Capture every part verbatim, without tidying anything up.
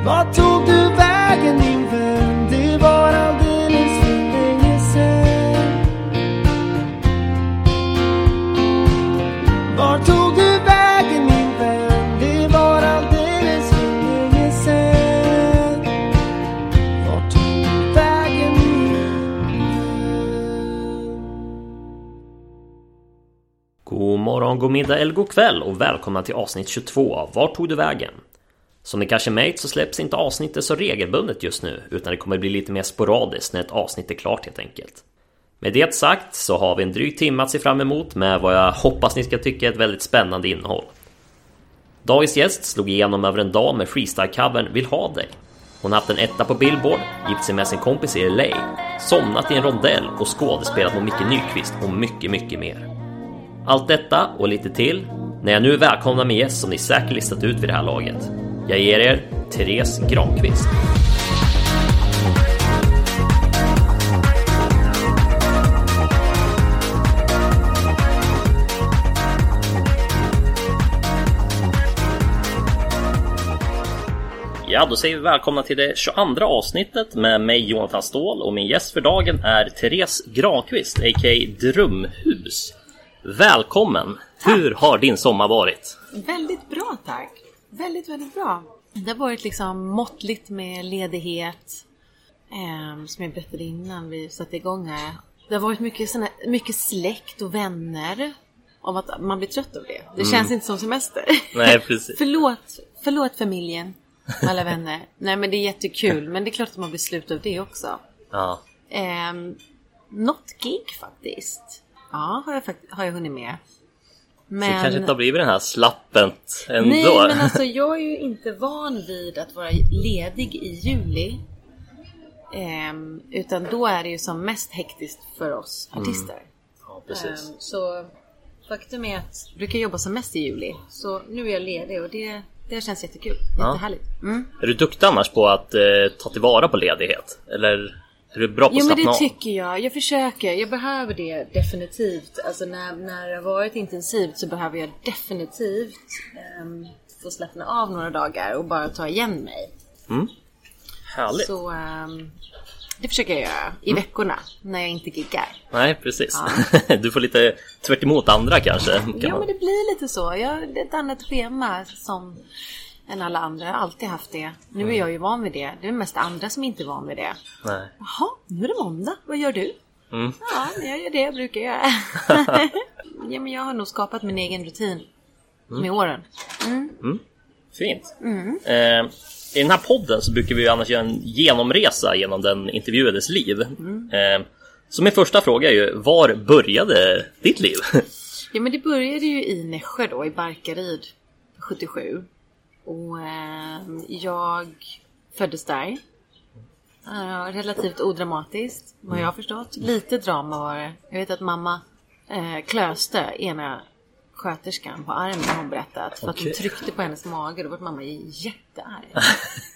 Vart tog du vägen min vän? Det var alldeles för länge sedan. Vart tog du vägen min vän? Det var alldeles för länge sedan. Vart tog du vägen min vän? God morgon, god middag eller god kväll och välkomna till avsnitt tjugotvå av Vart tog du vägen? Som ni kanske märkt så släpps inte avsnittet så regelbundet just nu, utan det kommer bli lite mer sporadiskt när ett avsnitt är klart helt enkelt. Med det sagt så har vi en dryg timme att se fram emot med vad jag hoppas ni ska tycka är ett väldigt spännande innehåll. Dagens gäst slog igenom över en dag med freestyle-covern Vill ha dig. Hon har haft en etta på Billboard, gift sig med sin kompis i L A, somnat i en rondell och skådespelat med Micke Nyqvist och mycket, mycket mer. Allt detta och lite till när jag nu välkomnar med gäst som ni säkert listat ut vid det här laget. Jag ger er Therese Granqvist. Ja, då säger vi välkomna till det tjugoandra avsnittet med mig Jonathan Ståhl och min gäst för dagen är Therese Granqvist, a k a. Drömhus. Välkommen! Tack. Hur har din sommar varit? Väldigt bra, tack. Väldigt, väldigt bra. Det har varit liksom måttligt med ledighet. Eh, som jag berättade innan vi satte igång här. Det har varit mycket, såna, mycket släkt och vänner. Om att man blir trött av det. Det mm. känns inte som semester. Nej, precis. förlåt, förlåt familjen. Alla vänner. Nej, men det är jättekul. Men det är klart att man blir slut av det också. Ja. Eh, något gig faktiskt. Ja, har jag, fakt- har jag hunnit med. Men... Så det kanske inte har blivit den här slappet ändå. Nej, men alltså jag är ju inte van vid att vara ledig i juli. Ehm, utan då är det ju som mest hektiskt för oss artister. Mm. Ja, precis. Ehm, så faktum är att jag brukar jobba som mest i juli. Så nu är jag ledig och det, det känns jättekul. Jättehärligt. Mm. Är du duktig annars på att eh, ta tillvara på ledighet? Eller... Är du bra på jo, att men det av? tycker jag. Jag försöker. Jag behöver det definitivt. Alltså när, när det har varit intensivt så behöver jag definitivt um, få slappna av några dagar och bara ta igen mig. Mm. Härligt. Så um, det försöker jag göra i mm. veckorna när jag inte giggar. Nej, precis. Ja. Du får lite tvärt emot andra kanske. Kan ja, man... men det blir lite så. Jag har ett annat schema som än alla andra. Jag har alltid haft det. Nu är jag ju van vid det. Det är mest andra som inte är van vid det. Nej. Jaha, nu är det måndag. Vad gör du? Mm. Ja, jag gör det jag brukar göra. Ja, men jag har nog skapat min egen rutin mm. med åren. Mm. Mm. Fint. Mm. Eh, I den här podden så brukar vi annars göra en genomresa genom den intervjuades liv. Mm. Eh, så min första fråga är ju, var började ditt liv? Ja, men det började ju i Nässjö då, i Barkaryd sjuttiosju. Och eh, jag föddes där. Uh, relativt odramatiskt, vad jag har förstått. Lite drama var det. Jag vet att mamma eh, klöste ena sköterskan på armen, har hon berättat. För okay. att hon tryckte på hennes mage. Då var mamma jättearg.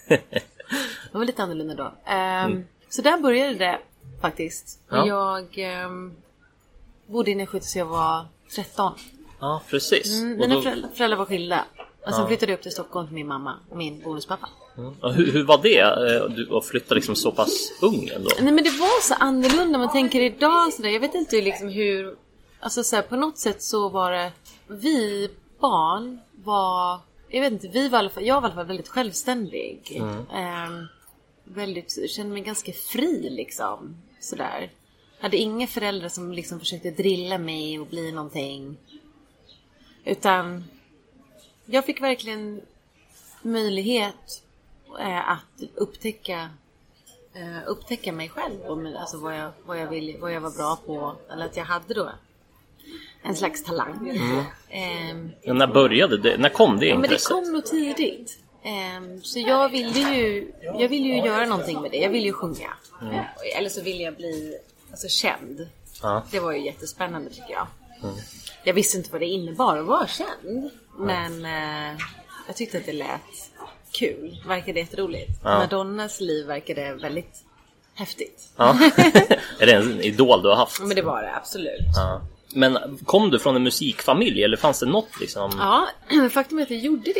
Det var lite annorlunda då. Um, mm. Så där började det faktiskt. Ja. Och jag um, bodde i Nässjö tills jag var tretton. Ja, precis. Mm, mina då... föräldrar, föräldrar var skilda. Och sen ja. flyttade jag upp till Stockholm till min mamma, min bonuspappa. Mm. Och hur, hur var det? Du flyttade liksom så pass ung ändå? Nej, men det var så annorlunda. Man tänker idag sådär. Jag vet inte liksom hur... Alltså så här, på något sätt så var det... Vi barn var... Jag vet inte, vi var i alla fall... Jag var i alla fall väldigt självständig. Mm. Ehm, väldigt... Kände mig ganska fri liksom. Sådär. Hade inga föräldrar som liksom försökte drilla mig och bli någonting. Utan... Jag fick verkligen möjlighet eh, att upptäcka eh, upptäcka mig själv och alltså vad jag vad jag vill, vad jag var bra på, eller att jag hade då en slags talang. Mm. Eh, ja, när började det? När kom det ja, intresset? men det kom nog tidigt. Eh, så jag ville ju jag ville ju göra någonting med det. Jag ville ju sjunga. Mm. Eh, eller så ville jag bli alltså känd. Ja. Det var ju jättespännande tycker jag. Mm. Jag visste inte vad det innebar att vara känd. Men eh, jag tyckte att det lät kul. Verkade jätteroligt. Ja. Madonnas liv verkade väldigt häftigt. Ja. Är det en idol du har haft? Men det var det, absolut. Ja. Men kom du från en musikfamilj eller fanns det något liksom? Ja, faktum är att jag gjorde det.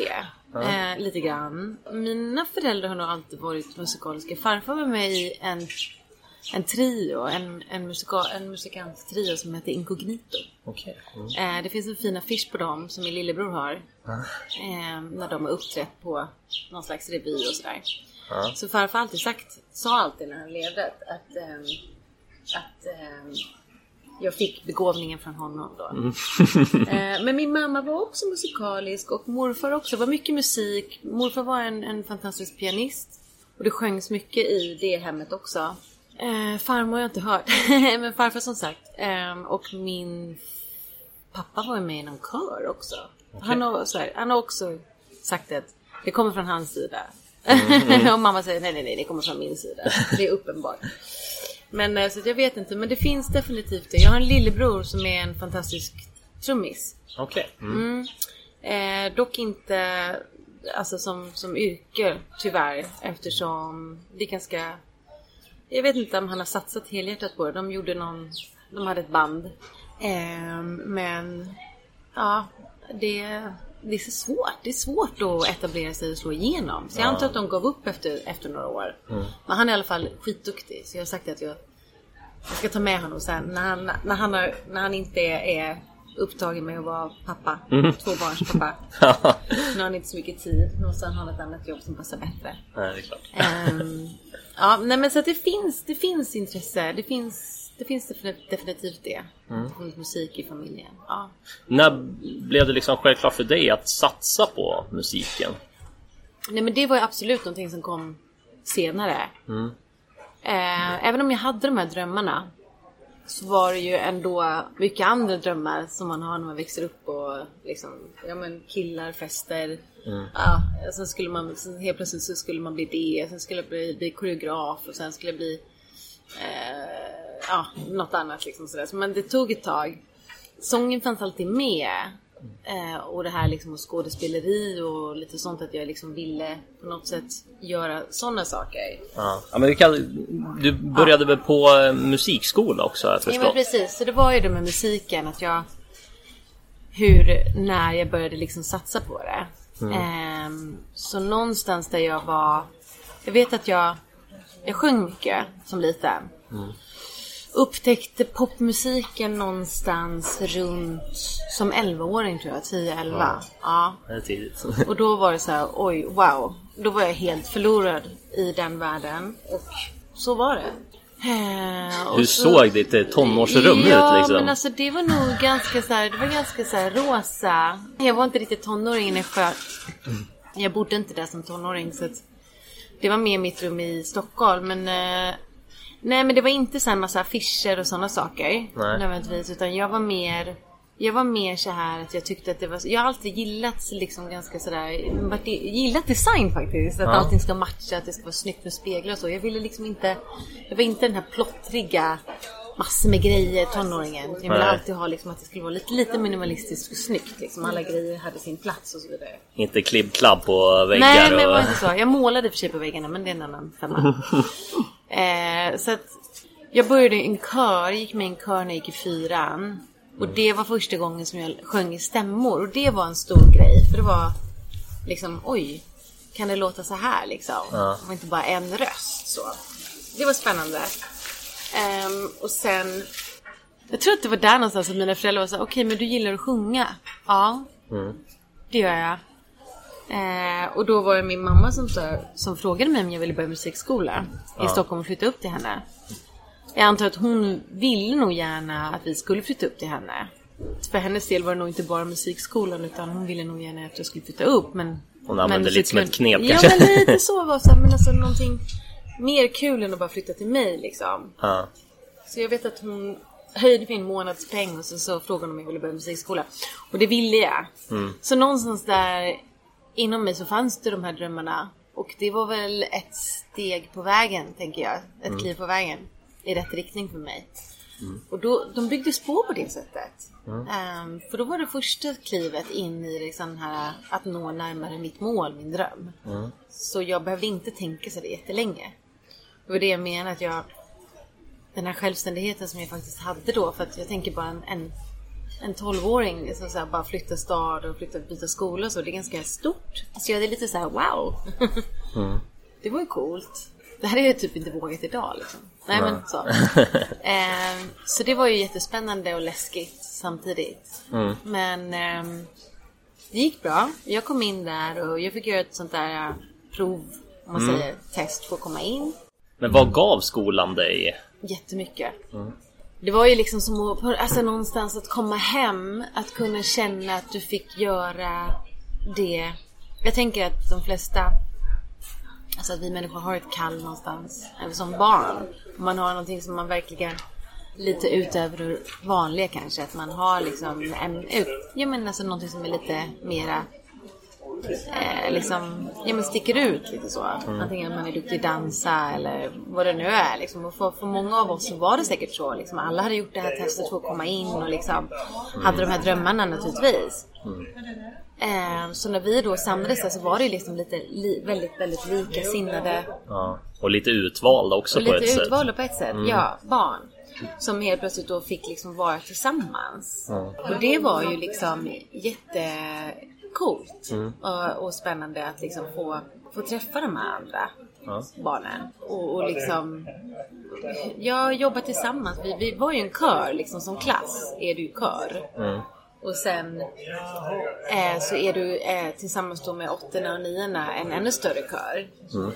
Mm. Eh, lite grann. Mina föräldrar har nog alltid varit musikaliska. Farfar var med i en, en trio, en, en, musika, en musikanttrio som heter Incognito. Okay. Mm. Eh, det finns en fin affisch på dem som min lillebror har. Mm. Eh, när de har uppträtt på någon slags revy och sådär. Mm. Så farfar alltid sagt, sa alltid när han levde att, att, ähm, att ähm, jag fick begåvningen från honom då. Mm. eh, men min mamma var också musikalisk och morfar också. Det var mycket musik. Morfar var en, en fantastisk pianist. Och det sjöngs mycket i det hemmet också. Eh, farmor har jag inte hört. Men farfar som sagt. Eh, och min pappa var med i någon kör också. Okay. Han, har, så här, han har också sagt att det kommer från hans sida. Mm. Och mamma säger nej, nej, nej, det kommer från min sida. Det är uppenbart. Men så jag vet inte, men det finns definitivt det. Jag har en lillebror som är en fantastisk trummis. Okej. Okay. Mm. Mm. Eh, dock inte alltså som, som yrke, tyvärr. Eftersom det är ganska... Jag vet inte om han har satsat helhjärtat på det. De gjorde någon... De hade ett band. Eh, men... Ja, det... Det är så svårt. Det är svårt att etablera sig och slå igenom. Så jag antar att de gav upp efter, efter några år. Mm. Men han är i alla fall skitduktig. Så jag har sagt att jag, jag ska ta med honom sen. När han, när han, har, när han inte är, är upptagen med att vara pappa. Mm. Tvåbarnspappa. Nu har han inte så mycket tid. Och sen har han ett annat jobb som passar bättre. Nej, det är klart. Um, ja, nej, men så att det finns, det finns intresse. Det finns... Det finns definitivt det. Mm. Musik i familjen. Ja. När blev det liksom självklart för dig att satsa på musiken? Nej, men det var ju absolut någonting som kom senare. Mm. Eh, även om jag hade de här drömmarna så var det ju ändå mycket andra drömmar som man har när man växer upp och liksom, ja men killar, fester. Mm. Ja, sen skulle man sen helt plötsligt så skulle man bli det, sen skulle jag bli, bli koreograf och sen skulle jag bli eh, ja, något annat liksom sådär. Men det tog ett tag. Sången fanns alltid med. Eh, och det här liksom och skådespeleri och lite sånt, att jag liksom ville på något sätt göra sådana saker. Ja, ja men du, kan, du började ja. väl på musikskola också, jag förstått. Ja, men precis. Så det var ju det med musiken, att jag hur, när jag började liksom satsa på det. Mm. Eh, så någonstans där jag var, jag vet att jag jag sjöng mycket som liten. Mm. Upptäckte popmusiken någonstans runt som elvaåring tror jag, tio elva. Ja. Ja. Det är tidigt. Och då var det så här, oj, wow. Då var jag helt förlorad i den världen. Och så var det. Eh, Hur så, såg ditt tonårsrum ut ja, liksom? Ja, men alltså det var nog ganska så här, det var ganska så här rosa. Jag var inte riktigt tonåring när jag Jag bodde inte där som tonåring, så att det var mer mitt rum i Stockholm, men eh, nej, men det var inte så här massa affischer och sådana saker nödvändigtvis, utan jag var mer jag var mer så här att jag tyckte att det var, jag har alltid gillat liksom ganska sådär, gillat design faktiskt, att ja. allting ska matcha, att det ska vara snyggt med speglar och så. Jag ville liksom inte, jag var inte den här plottriga massor med grejer tonåringen. Jag ville alltid ha liksom att det skulle vara lite, lite minimalistiskt och snyggt liksom. Alla grejer hade sin plats och så vidare. Inte klibb-klabb på väggar. Nej, men det och... var inte så. Jag målade för sig på väggarna, men det är en annan femma. eh, så att jag började i en kör, gick med i en kör när jag gick i fyran. Och det var första gången som jag sjöng i stämmor. Och det var en stor grej. För det var liksom, oj, kan det låta så här liksom? Ja. Det var inte bara en röst så. Det var spännande. Um, och sen, jag tror att det var där någonstans att mina föräldrar var så, okej, okay, men du gillar att sjunga. Ja, mm. det gör jag. Uh, och då var det min mamma som, så, som frågade mig om jag ville börja musikskola ja. i Stockholm och flytta upp till henne. Jag antar att hon ville nog gärna att vi skulle flytta upp till henne. För hennes del var det nog inte bara musikskolan, utan hon ville nog gärna att jag skulle flytta upp. Men, hon använde men lite som ett knep ja, kanske. Ja, men lite så var så. Men alltså någonting mer kul än att bara flytta till mig liksom. Ja. Så jag vet att hon höjde min månadspeng och så, så frågade hon om jag ville börja musikskola. Och det ville jag. Mm. Så någonstans där inom mig så fanns det de här drömmarna. Och det var väl ett steg på vägen, tänker jag. Ett mm. kliv på vägen i rätt riktning för mig. Mm. Och då, de byggdes på på det sättet. Mm. Um, för då var det första klivet in i liksom här, att nå närmare mitt mål, min dröm. Mm. Så jag behövde inte tänka så det jättelänge. Det var det jag menar, att jag, den här självständigheten som jag faktiskt hade då, för att jag tänker bara en, en en tolvåring som så här bara flyttar stad och flyttar byta skola och så. Det är ganska stort. Så jag är lite så här wow. Mm. Det var ju coolt. Det här är jag typ inte vågat idag liksom. Nej mm. men så. eh, så det var ju jättespännande och läskigt samtidigt. Mm. Men eh, det gick bra. Jag kom in där och jag fick göra ett sånt där prov, om man mm. säger, test för att komma in. Men vad gav skolan dig? Jättemycket. Mm. Det var ju liksom som att, alltså någonstans att komma hem, att kunna känna att du fick göra det. Jag tänker att de flesta, alltså att vi människor har ett kall någonstans, även som barn. Man har någonting som man verkligen lite utöver det vanliga kanske, att man har liksom en, jag menar alltså någonting som är lite mera eh, liksom, ja men sticker ut lite så. Mm. Antingen att man är duktig att dansa eller vad det nu är liksom. Och för, för många av oss så var det säkert så liksom. Alla hade gjort det här testet för att komma in och liksom mm. hade de här drömmarna naturligtvis. Mm. Eh, så när vi då samlades där så var det liksom lite li, väldigt, väldigt likasinnade. Ja. Och lite utvalda också och på ett lite sätt. Lite utvalda på ett sätt, mm. ja, barn. Som helt plötsligt då fick liksom vara tillsammans. Mm. Och det var ju liksom jättecoolt mm. och, och spännande att liksom få, få träffa de här andra mm. barnen. Och, och liksom jag jobbar tillsammans. Vi, vi var ju en kör liksom, som klass är du kör. Mm. Och sen eh, så är du eh, tillsammans då med åttorna och niorna en ännu större kör. Mm.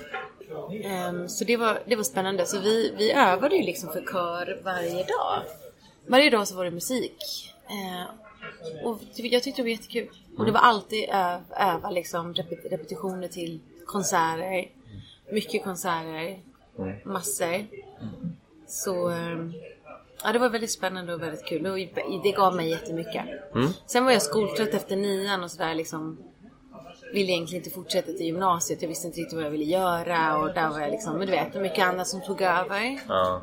Um, så det var, det var spännande. Så vi, vi övade ju liksom för kör varje dag. Varje dag så var det musik. uh, Och jag tyckte det var jättekul. mm. Och det var alltid öv, öva liksom repet- repetitioner till konserter. Mycket konserter. mm. Massor. mm. Så um, ja, det var väldigt spännande och väldigt kul. Och det gav mig jättemycket. mm. Sen var jag skoltrött efter nian och sådär liksom. Ville egentligen inte fortsätta till gymnasiet. Jag visste inte riktigt vad jag ville göra. Och där var jag liksom, men du vet, mycket annat som tog över. Ja.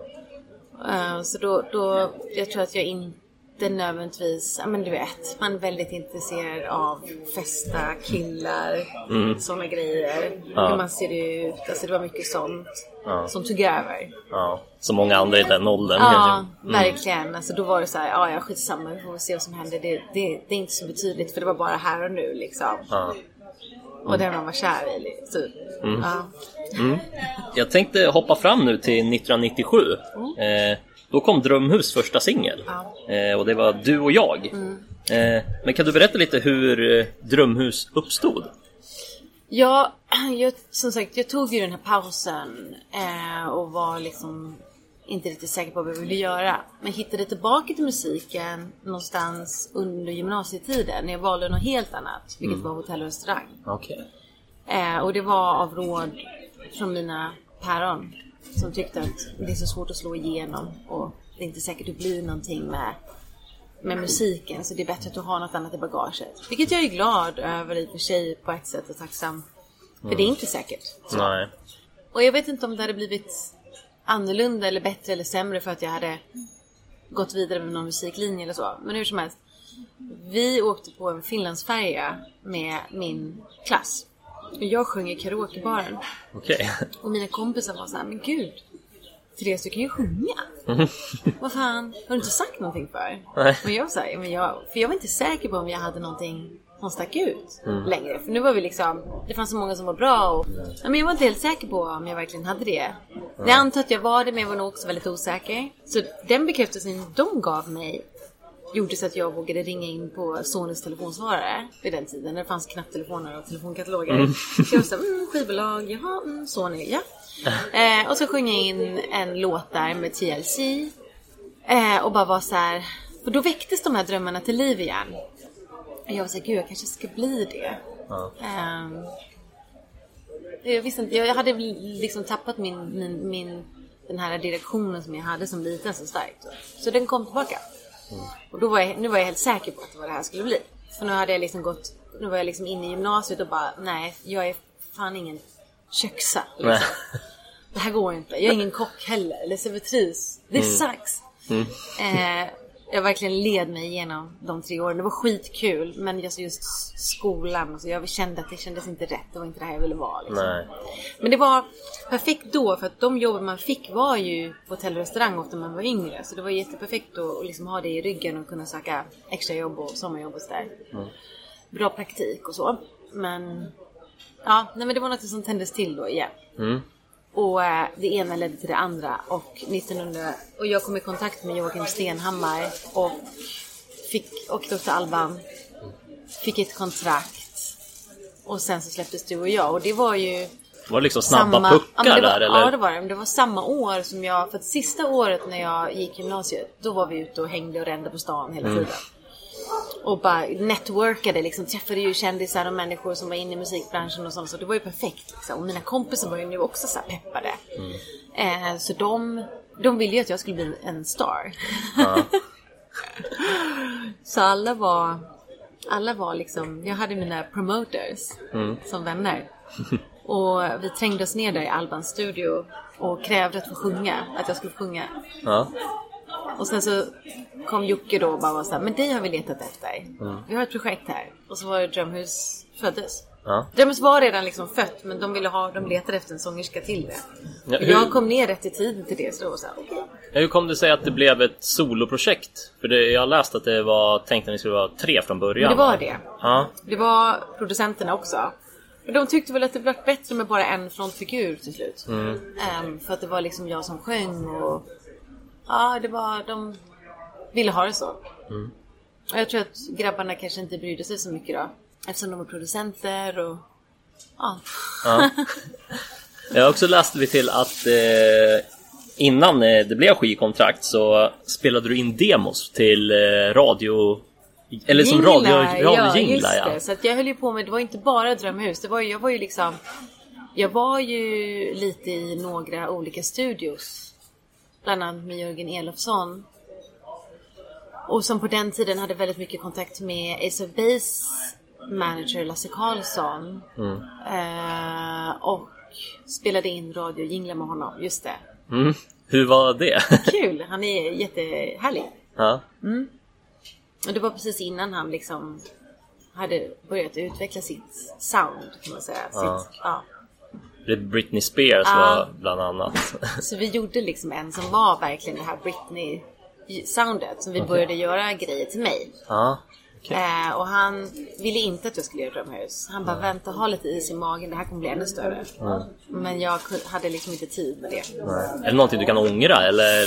Uh, så då, då, jag tror att jag inte nödvändigtvis, ja men du vet, man är väldigt intresserad av festa, killar, mm. sådana grejer. Ja. Hur man ser ut, alltså det var mycket sånt ja. som tog över. Ja, så många andra i den åldern. Ja, mm. verkligen. Alltså då var det så här, ja jag skiter samma, vi får se vad som händer. Det, det, det är inte så betydligt för det var bara här och nu liksom. Ja. Och den man var kär i typ. mm. Ja. mm. Jag tänkte hoppa fram nu till nittonhundranittiosju. mm. eh, Då kom Drömhus första singel. ja. eh, Och det var Du och jag. mm. eh, Men kan du berätta lite hur eh, Drömhus uppstod? Ja, jag, som sagt, jag tog ju den här pausen eh, och var liksom inte riktigt säker på vad jag ville göra. Men hittade tillbaka till musiken någonstans under gymnasietiden när jag valde något helt annat, vilket mm. var hotell och restaurang. Okay. Eh, och det var av råd från mina päron som tyckte att det är så svårt att slå igenom och det är inte säkert att det blir någonting med, med musiken, så det är bättre att du har något annat i bagaget. Vilket jag är glad över i och för sig på ett sätt och tacksam. För mm. det är inte säkert. Så. Nej. Och jag vet inte om det hade blivit annorlunda eller bättre eller sämre för att jag hade gått vidare med någon musiklinje eller så. Men hur som helst, vi åkte på en Finlandsfärja med min klass. Och jag sjöng i karaokebaren. Okej. Okay. Och mina kompisar var så här, men gud, Therese, du kan ju sjunga. Mm. Vad fan, har du inte sagt någonting för? Nej. Och jag var så här, men jag, för jag var inte säker på om jag hade någonting som stack ut mm. längre. För nu var vi liksom, det fanns så många som var bra och, mm. men jag var inte helt säker på om jag verkligen hade det. Mm. Jag antar att jag var det, men jag var nog också väldigt osäker. Så den bekräftelsen de gav mig gjorde så att jag vågade ringa in på Sonys telefonsvarare vid den tiden. När det fanns knapptelefoner och telefonkataloger. Mm. Så jag var så här, mm, skivbolag, jaha, mm, Sony, ja. Eh, och så sjöng jag in en låt där med T L C. Eh, och bara var så här, för då väcktes de här drömmarna till liv igen. Och jag var så här, gud, jag kanske ska bli det. Ja. Eh, jag visste inte, jag hade liksom tappat min, min, min den här direktionen som jag hade som liten så starkt. Så den kom tillbaka. Mm. Och då var jag, nu var jag helt säker på att det var det här skulle bli. För nu hade jag liksom gått, nu var jag liksom inne i gymnasiet och bara, nej, jag är fan ingen köksa liksom. Det här går inte. Jag är ingen kock heller eller servitris. Det mm. sucks. Mm. Eh, jag verkligen led mig igenom de tre åren. Det var skitkul, men just, just skolan och så, jag kände att det kändes inte rätt. Det var inte det här jag ville vara liksom. Nej. Men det var perfekt då, för att de jobb man fick var ju på hotell och restaurang ofta när man var yngre. Så det var jätteperfekt att liksom ha det i ryggen och kunna söka extra jobb och sommarjobb och sådär. Mm. Bra praktik och så. Men ja, nej, men det var något som tändes till då igen. Mm. Och eh, det ena ledde till det andra. Och nittonhundra och jag kom i kontakt med Joakim Stenhammar och fick åkte upp till Alban. Fick ett kontrakt. Och sen så släpptes du och jag. Och det var ju var det liksom snabba samma, puckar ja, det var, där eller? Ja, det var det. Men det var samma år som jag, för att sista året när jag gick gymnasiet, då var vi ute och hängde och rände på stan hela tiden. Mm. Och bara networkade, liksom, träffade ju kändisar och människor som var inne i musikbranschen och sånt. Så det var ju perfekt liksom. Och mina kompisar var ju nu också så här peppade. Mm. eh, Så de, de ville ju att jag skulle bli en star. Ja. Så alla var Alla var liksom, jag hade mina promoters mm. som vänner. Och vi trängde oss ner där i Albans studio och krävde att få sjunga, att jag skulle sjunga. Ja. Och sen så kom Jocke då och bara var så här, men det har vi letat efter. Mm. Vi har ett projekt här. Och så var det Drömhus föddes. Ja. Drömhus var redan liksom fött, men de ville ha, de letade efter en sångerska till det. Ja, hur... Jag kom ner rätt i tiden till det, så då var så här, okej. Okay. Ja, hur kom det sig att det blev ett soloprojekt? För det, jag har läst att det var, tänkte att det skulle vara tre från början. Men det var det. Ja. Det var producenterna också. Men de tyckte väl att det blev bättre med bara en frontfigur till slut. Mm. Um, för att det var liksom jag som sjöng och ja, det var, de ville ha det så. Mm. Och jag tror att grabbarna kanske inte brydde sig så mycket då. Eftersom de var producenter och ja. Ja. Jag har också läst vi till att eh, innan eh, det blev skivkontrakt så spelade du in demos till eh, radio eller som radio radiojinglar, ja, ja. Så att jag höll ju på med, det var inte bara Drömhus, det var ju, jag var ju liksom jag var ju lite i några olika studios, bland annat med Jörgen Elofsson, och som på den tiden hade väldigt mycket kontakt med Ace of Base manager Lasse Karlsson. Mm. eh, och spelade in radiojinglar med honom, just det. Mm. Hur var det? Kul, han är jättehärlig. Ja. Mm. Och det var precis innan han liksom hade börjat utveckla sitt sound, kan man säga. Ja. Sitt, ja. Britney Spears ja. Var bland annat. Så vi gjorde liksom en som var verkligen det här Britney-soundet, som vi okay. började göra grejer till mig. Ja. Okay. Eh, och han ville inte att jag skulle göra Drömhus. Han bara, mm. vänta, ha lite is i magen, det här kommer bli ännu större. Mm. Men jag hade liksom inte tid med det. Mm. Är det någonting du kan ångra, eller?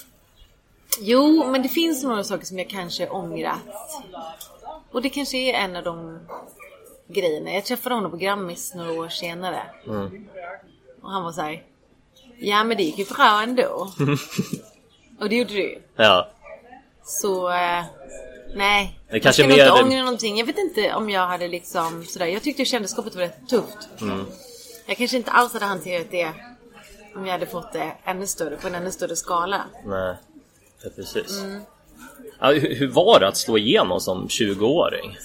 Jo, men det finns några saker som jag kanske ångrat. Och det kanske är en av de grejerna. Jag träffade honom på Grammis några år senare. Mm. Och han var så här, ja men det gick ju bra ändå. Och det gjorde du ju. Ja. Så... Eh, nej, det kanske jag ska mer inte ångra någonting. Jag vet inte om jag hade liksom sådär. Jag tyckte kändisskapet var rätt tufft. Mm. Jag kanske inte alls hade hanterat det om jag hade fått det ännu större, på en ännu större skala. Nej, det är precis. Mm. Ja, hur, hur var det att slå igenom som tjugoåring?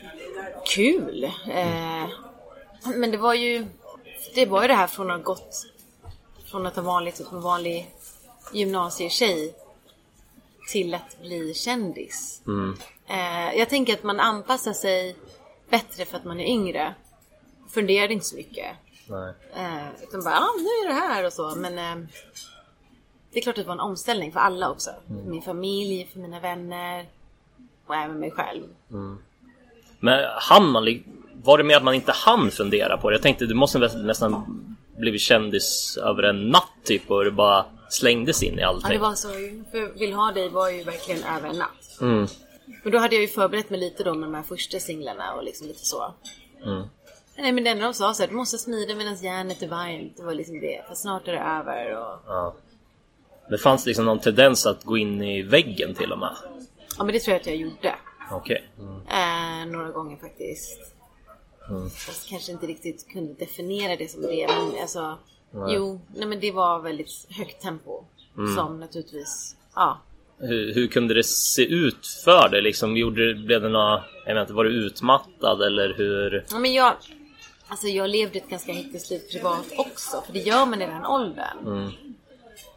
Kul. Mm. Eh, men det var ju det var ju det här från att ha gått från att ha vanligt som en vanlig gymnasietjej till att bli kändis. Mm. Eh, jag tänker att man anpassar sig bättre för att man är yngre. Funderar inte så mycket. Nej. Eh, utan bara, ja, nu är det här och så. Men eh, det är klart att det var en omställning för alla också. Mm. För min familj, för mina vänner och även mig själv. Mm. Men hann man, var det med att man inte hann fundera på det? Jag tänkte, du måste nästan blivit kändis över en natt typ, och det bara slängdes in i allting. Ja, det var så. För Vill ha dig var ju verkligen över en natt. Mm. Men då hade jag ju förberett mig lite då med de här första singlarna och liksom lite så. Mm. Nej, men det enda de sa så här, du måste smida medan järnet är varmt. Det var liksom det, för snart är det över. Och... Ja. Det fanns liksom någon tendens att gå in i väggen till och med. Ja, men det tror jag att jag gjorde. Okej. Okay. Mm. Eh, några gånger faktiskt. Mm. Fast kanske inte riktigt kunde definiera det som det. Men alltså, nej. jo, nej, men det var väldigt högt tempo. Mm. Som naturligtvis, ja. Hur, hur kunde det se ut för dig? Liksom, gjorde, blev det några, jag vet inte, var du utmattad eller hur? Ja, men jag, alltså jag levde ett ganska hektiskt liv privat också. För det gör man i den åldern. Mm.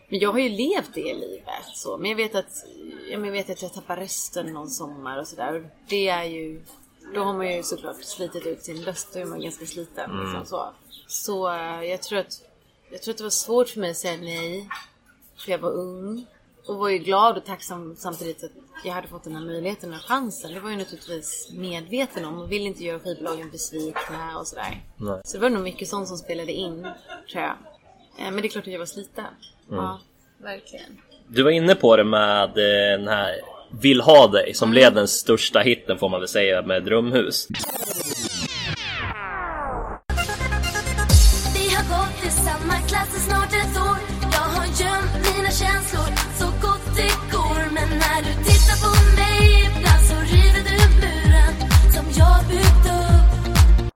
Men jag har ju levt det livet så. Men jag vet att jag vet att jag tappar rösten någon sommar och sådär. Det är ju, då har man ju såklart slitit ut sin röst. Då är man ganska sliten. Mm. Liksom, så så jag tror att jag tror att det var svårt för mig att säga nej. För jag var ung. Och var ju glad och tacksam samtidigt att jag hade fått den här möjligheten och chansen. Det var ju naturligtvis medveten om. Och ville inte göra skivbolagen besvikna och sådär. Nej. Så det var nog mycket sånt som spelade in, tror jag. Men det är klart att jag var sliten. Mm. Ja, verkligen. Du var inne på det med den här Vill ha dig som mm. blev den största hitten får man väl säga med Drömhus. Vi har gått i samma klass i snart ett år. Jag har gömt mina känslor så gott det går. Men när du tittar på mig ibland så river du muren som jag byggt upp.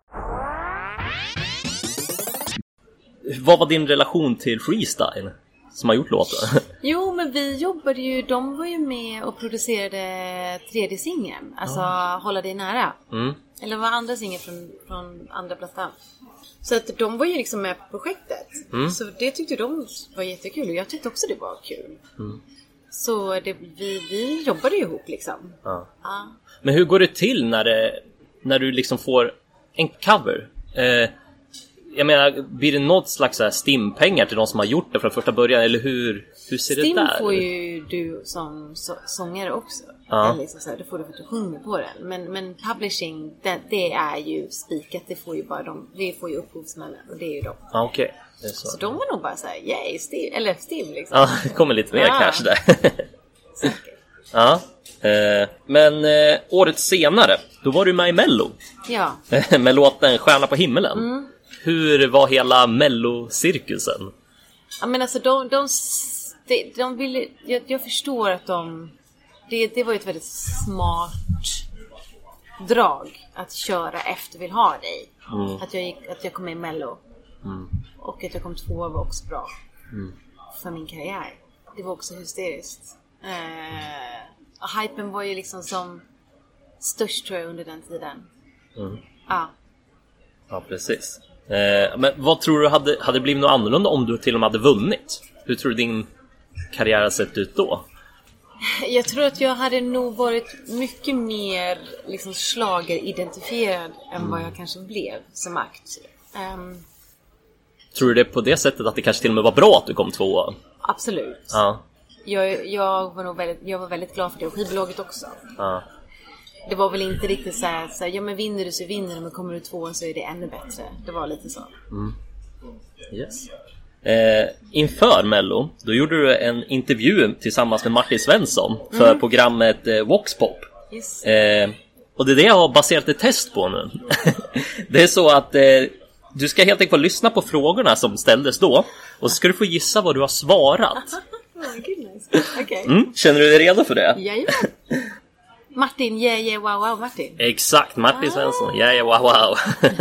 Vad var din relation till Freestyle som har gjort låten? Jo, men vi jobbade ju, de var ju med och producerade tredje singeln. Alltså mm. Hålla dig nära. Mm. Eller var andra singeln från, från andra plattan. Så att de var ju liksom med på projektet. Mm. Så det tyckte de var jättekul. Och jag tyckte också det var kul. Mm. Så det, vi, vi jobbade ju ihop liksom. Ja. Ja. Men hur går det till när, det, när du liksom får en cover? Eh, jag menar, blir det något slags så här stimpengar till de som har gjort det från första början? Eller hur, hur ser Stim det där? Stim får ju du som så, sångare också. Ja. Liksom så här, det får du för att du sjunger på den. Men, men publishing, det, det är ju spikat. Det får ju bara de, det får ju upphovsmännen. Och det är ju de. Ja, okej. Okay. Så. så de var nog bara så här, yay, Stim. Eller Stim liksom. Ja, det kommer lite mer ja. cash där. Ja. Eh, men eh, året senare, då var du med i Mello. Ja. Med låten Stjärna på himmelen. Mm. Hur var hela Mello-cirkusen? Ja, men alltså de, de, de, de ville, jag, jag förstår att de det, det var ju ett väldigt smart drag att köra efter Vill ha dig. Mm. Att, jag gick, att jag kom med i Mello. Mm. Och att jag kom två var också bra. Mm. För min karriär. Det var också hysteriskt. Eh, och hypen var ju liksom som störst tror jag under den tiden. Mm. Ja. Ja, precis. Eh, men vad tror du hade, hade blivit något annorlunda om du till och med hade vunnit? Hur tror du din karriär har sett ut då? Jag tror att jag hade nog varit mycket mer liksom schlageridentifierad än mm. vad jag kanske blev som akt. Um, tror du det på det sättet att det kanske till och med var bra att du kom tvåa? Absolut. Ja. Jag, jag, var nog väldigt, jag var väldigt glad för det och skivbolaget också. Ja. Det var väl inte riktigt så här, så här, ja men vinner du så vinner du, men kommer du tvåa så är det ännu bättre. Det var lite så. Mm. Yes. Eh, inför Mello, då gjorde du en intervju tillsammans med Martin Svensson för mm. programmet eh, Voxpop. Yes. Eh, och det är det jag har baserat ett test på nu. Det är så att eh, du ska helt enkelt få lyssna på frågorna som ställdes då. Och så ska du få gissa vad du har svarat. Oh, goodness. Okay. Mm, känner du dig redo för det? Jajamän. Martin, yeah, yeah, wow, wow, Martin. Exakt, Martin ah. Svensson, yeah, yeah, wow, wow.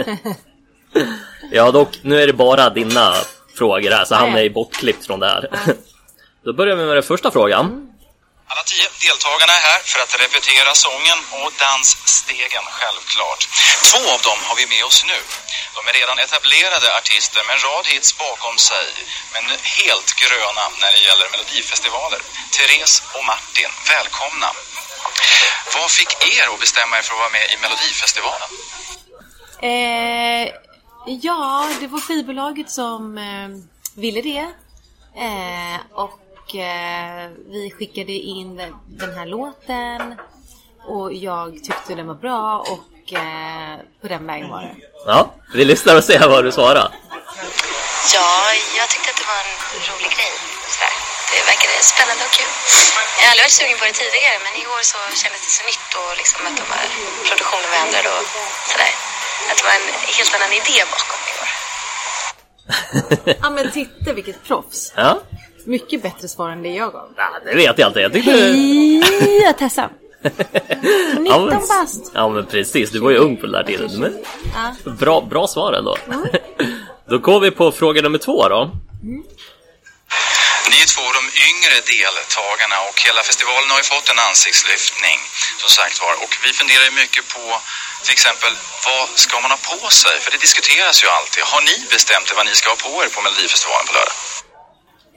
Ja, dock, nu är det bara dina frågor här, så ah, han ja. är bortklippt från det här. Ah. Då börjar vi med den första frågan. Mm. Alla tio deltagarna är här för att repetera sången och dansstegen, självklart. Två av dem har vi med oss nu. De är redan etablerade artister med en rad hits bakom sig, men helt gröna när det gäller melodifestivaler. Therese och Martin, välkomna. Vad fick er att bestämma er för att vara med i Melodifestivalen? Eh, ja, det var skivbolaget som eh, ville det. Eh, och eh, vi skickade in den, den här låten. Och jag tyckte den var bra. Och eh, på den vägen var det. Ja, vi lyssnar och ser vad du svarar. Ja, jag tyckte att det var en rolig grej. Sådär. Det verkade spännande och kul. Jag har aldrig varit sugen på det tidigare, men i år så kändes det så nytt och liksom att de här produktionen var ändrad och sådär. Att det var en helt annan idé bakom i år. Ja, men titta vilket proffs. Ja. Mycket bättre svar än det jag gav. Ja, det vet jag inte. Jag tyckte... Hej, Tessa. nitton ja, bast. Ja, men precis. Du var ju ung på den där tiden. Men ja. bra, bra svar ändå. Mm. Då går vi på fråga nummer två då. Mm. Ni är två av de yngre deltagarna och hela festivalen har ju fått en ansiktslyftning som sagt var. Och vi funderar ju mycket på till exempel vad ska man ha på sig? För det diskuteras ju alltid. Har ni bestämt vad ni ska ha på er på Melodifestivalen på lördag?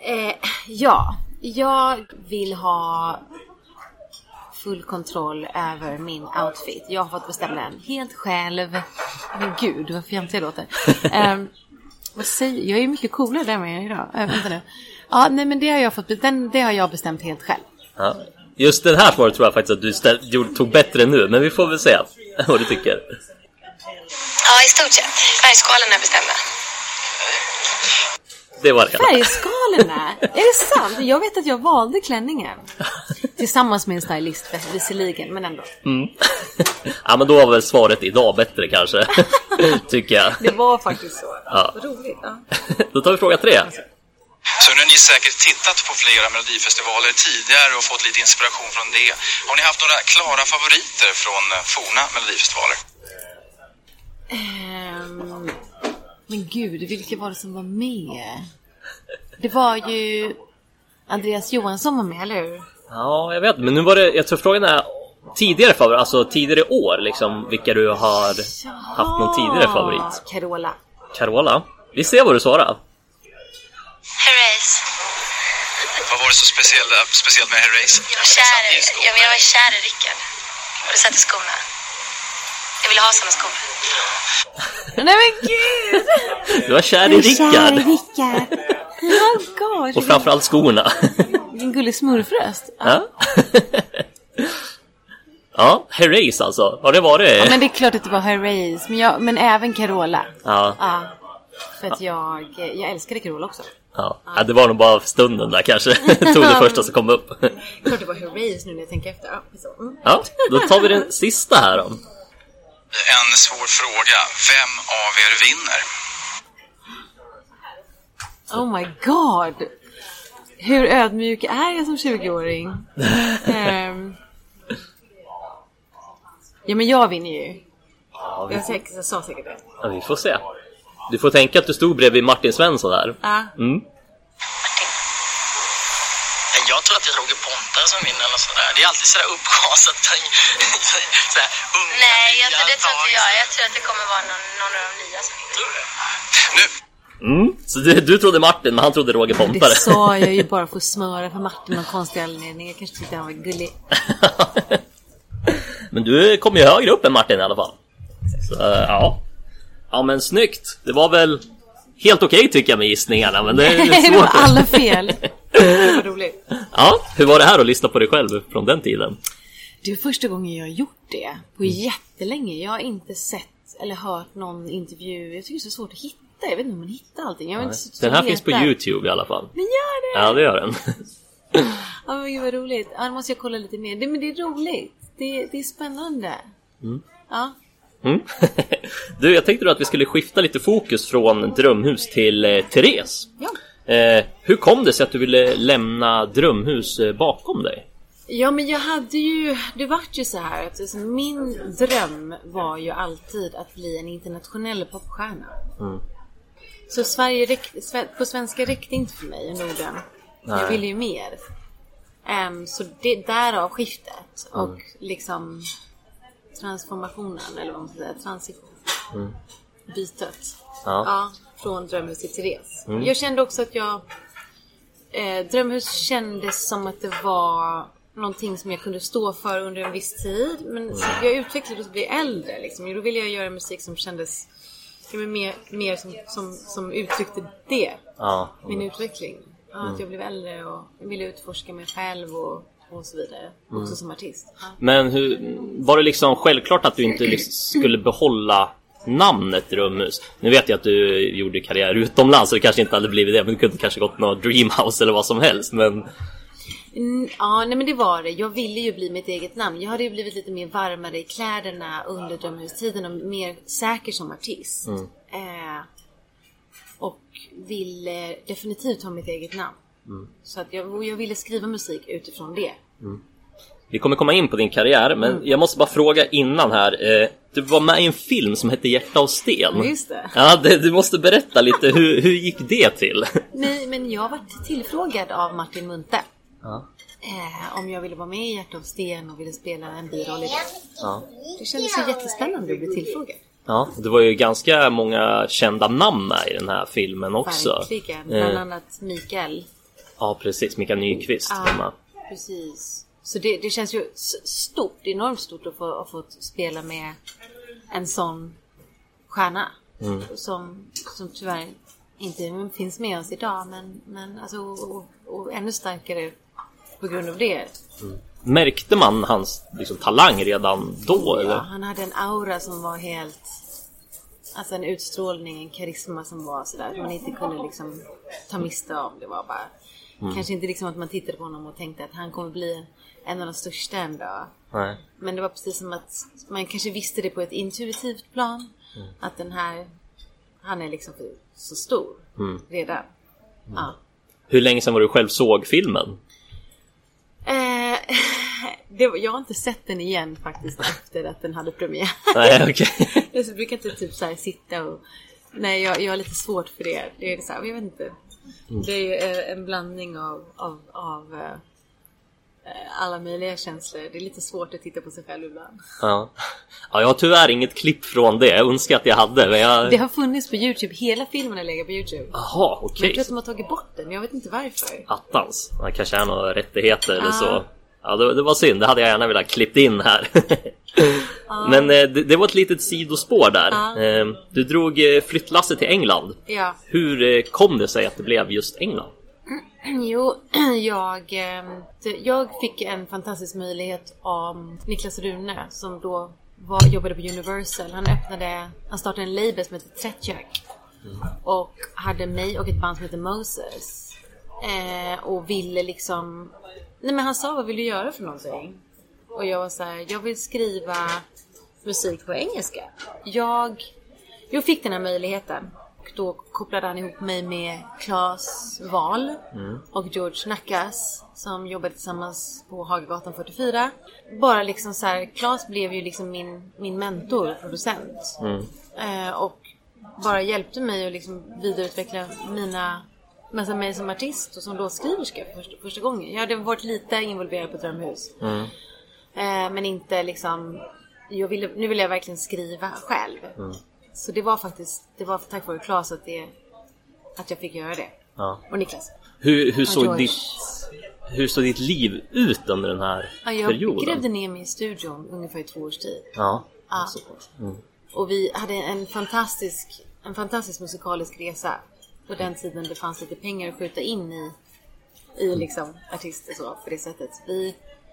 Eh, ja, jag vill ha full kontroll över min outfit. Jag har fått bestämma den helt själv. Men gud, vad fjantig jag låter. um, vad säger jag? Jag är mycket coolare där med idag. Äh, vänta nu. Ja, nej, men det har jag fått den, det har jag bestämt helt själv. Ja. Just den här svaret tror jag faktiskt att du ställ, tog bättre nu. Men vi får väl se vad du tycker. Ja, i stort sett. Färgskalan är bestämda. Det var det. Färgskalorna? Är det sant? Jag vet att jag valde klänningen. Tillsammans med en stylist, visserligen, men ändå. Mm. Ja, men då var väl svaret idag bättre kanske. Tycker jag. Det var faktiskt så. Ja. Vad roligt. Ja. Då tar vi fråga tre. Så nu har ni säkert tittat på flera melodifestivaler tidigare och fått lite inspiration från det. Har ni haft några klara favoriter från forna melodifestivaler? Um, men gud, vilka var det som var med? Det var ju Andreas Johansson var med, eller hur? Ja, jag vet. Men nu var det, jag tror frågan är tidigare favorit, alltså tidigare år liksom, vilka du har haft någon tidigare favorit. Carola. Carola? Vi ser vad du svarar. Herreys. Vad var det så speciellt, speciellt med Herreys? Jag var kär, ja, men jag var kär i Rickard. Och det satte skorna. Jag ville ha samma skor. Nej men gud! Du var kär i Rickard. Kär i Rickard. Oh gosh. Och framförallt skorna. En gullig smurfröst. Ja. Ja, Herreys alltså. Har det varit? Ja, men det är klart att det var Herreys. Men, jag, men även Carola. Ja. Ja. För att jag, jag älskade Carola också. Ja. Ja, det var nog bara stunden där kanske. Tog det första som kom upp. Klart det var Herreys nu när jag tänker efter. Ja, så. Mm. Ja, då tar vi den sista här då. En svår fråga. Vem av er vinner? Oh my god. Hur ödmjuk är jag som tjugo-åring? um, ja, men jag vinner ju. Ja, vi... jag, säkert, jag sa säkert det. Ja, vi får se. Du får tänka att du stod bredvid Martin Svensson där. Ja. Mm. Jag tror att det är Roger Pontare som vinner eller sådär. Det är alltid sådär uppgasat. Sådär unga. Nej, jag, det tror inte jag. Jag tror att det kommer vara någon, någon av de nya som vinner. Nu. Mm. Så du, du trodde Martin, men han trodde Roger Pontare. Det sa jag ju bara för att smöra för Martin någon konstig anledning. Jag kanske tyckte han var gullig. Men du kom ju högre upp än Martin i alla fall. Så, ja. Ja, men snyggt. Det var väl helt okej okay, tycker jag med gissningarna. Men det är lite svårt. Det var alla fel. Det var roligt. Ja, hur var det här att lyssna på dig själv från den tiden? Det är första gången jag har gjort det. På jättelänge. Jag har inte sett eller hört någon intervju. Jag tycker det är så svårt att hitta. Jag vet inte om man hittar allting. Jag vet inte, så, den här så finns på där. YouTube i alla fall. Men gör det! Ja, det gör den. Ja, men gud vad roligt. Ja, då måste jag kolla lite mer. Det, men det är roligt. Det, det är spännande. Mm. Ja. Mm. Du, jag tänkte då att vi skulle skifta lite fokus från Drömhus till eh, Therese. Ja. Eh, hur kom det sig att du ville lämna Drömhus eh, bakom dig? Ja, men jag hade ju, det var ju så här att alltså, min dröm var ju alltid att bli en internationell popstjärna. Mm. Så Sverige räckte, på svenska räckte inte för mig i Norden. Nej. Jag ville ju mer. Um, så det därav skiftet mm. och liksom transformationen eller vad man ska säga, transition. Mm. Bytet. Ja. Ja, från Drömhus till Therese. Mm. Jag kände också att jag eh, Drömhus kändes som att det var någonting som jag kunde stå för under en viss tid. Men mm. så jag utvecklades och blev äldre liksom. Då ville jag göra musik som kändes mer, mer som, som, som uttryckte det. Ja. Min utveckling. Ja, mm. Att jag blev äldre och jag ville utforska mig själv och, och så vidare. Mm. Också som artist. Ja. Men hur, var det liksom självklart att du inte liksom skulle behålla namnet Drömhus? Nu vet jag att du gjorde karriär utomlands, så det kanske inte hade blivit det. Men du kunde kanske gått något Dreamhouse eller vad som helst. Men... Mm, ja, nej, men det var det. Jag ville ju bli mitt eget namn. Jag hade ju blivit lite mer varmare i kläderna under Drömhustiden och mer säker som artist. Mm. Eh, och ville definitivt ha mitt eget namn. Mm. Så att jag, jag ville skriva musik utifrån det. Mm. Vi kommer komma in på din karriär, men mm. jag måste bara fråga innan här. Eh, du var med i en film som hette Hjärta och sten. Just det. Ja, det, du måste berätta lite, hur, hur gick det till? Nej, men jag var tillfrågad av Martin Munthe. Ja. Eh, om jag ville vara med i Hjärta och sten och ville spela en biroll i det. Ja. Det kändes ju jättespännande att bli tillfrågad. Ja, det var ju ganska många kända namn med i den här filmen också. Verkligen, bland annat Mikael. Ja, precis. Mikael Nyqvist. Ja, precis. Så det, det känns ju stort, enormt stort att få, att få spela med en sån stjärna. Mm. Som, som tyvärr inte finns med oss idag. Men, men alltså, och, och ännu starkare på grund av det. Mm. Märkte man hans liksom, talang redan då? Ja, eller? Han hade en aura som var helt... Alltså en utstrålning, en karisma som var sådär. Man inte kunde liksom ta miste av. Det var bara... Mm. Kanske inte liksom att man tittade på honom och tänkte att han kommer bli en av de största ändå. Nej. Men det var precis som att man kanske visste det på ett intuitivt plan. Mm. Att den här... Han är liksom så stor mm. redan. Mm. Ja. Hur länge sedan var du själv såg filmen? Eh, det, jag har inte sett den igen faktiskt efter att den hade premiär. Nej, okej. Okay. Jag brukar inte typ så här sitta och... Nej, jag, jag har lite svårt för det. Det är så här, jag vet inte. Mm. Det är ju en blandning av, av, av uh, alla möjliga känslor. Det är lite svårt att titta på sig själv ibland. Ja, ja jag har tyvärr inget klipp från det. Jag önskar att jag hade. Men jag... Det har funnits på YouTube. Hela filmen har legat på YouTube. Jaha, okej. Okay. Jag tror att de har tagit bort den, men jag vet inte varför. Attans, man kanske har några rättigheter ah. eller så. Ja, det, det var synd. Det hade jag gärna velat klippt in här. ah. Men eh, det, det var ett litet sidospår där. Ah. eh, Du drog eh, flyttlasset till England. Ja. Hur eh, kom det sig att det blev just England? Jo, jag, jag fick en fantastisk möjlighet av Niklas Rune som då var, jobbade på Universal. Han öppnade, han startade en label som heter Trättjök mm. och hade mig och ett band som heter Moses eh, och ville liksom, nej men han sa, vad vill du göra för någonting? Och jag var så här, jag vill skriva musik på engelska. Jag, jag fick den här möjligheten. Då kopplade han ihop mig med Claes Wahl mm. och George Nackas som jobbade tillsammans på Hagagatan fyrtiofyra. Bara liksom så här, Claes blev ju liksom min, min mentor och producent. Mm. Eh, och bara hjälpte mig att liksom vidareutveckla mina, alltså mig som artist och som då skriverska första, första gången. Jag hade varit lite involverad på Drömhus. Mm. Eh, men inte liksom, jag ville, nu vill jag verkligen skriva själv. Mm. Så det var faktiskt, det var tack vare Claes att, det, att jag fick göra det. Ja. Och Niklas. Hur, hur, såg ditt, hur såg ditt liv ut under den här ja, jag perioden? Jag grävde ner mig i studion ungefär i två års tid. Ja, ja. Mm. Och vi hade en fantastisk, en fantastisk musikalisk resa. På den tiden det fanns lite pengar att skjuta in i, i liksom artister så, på det sättet. Vi...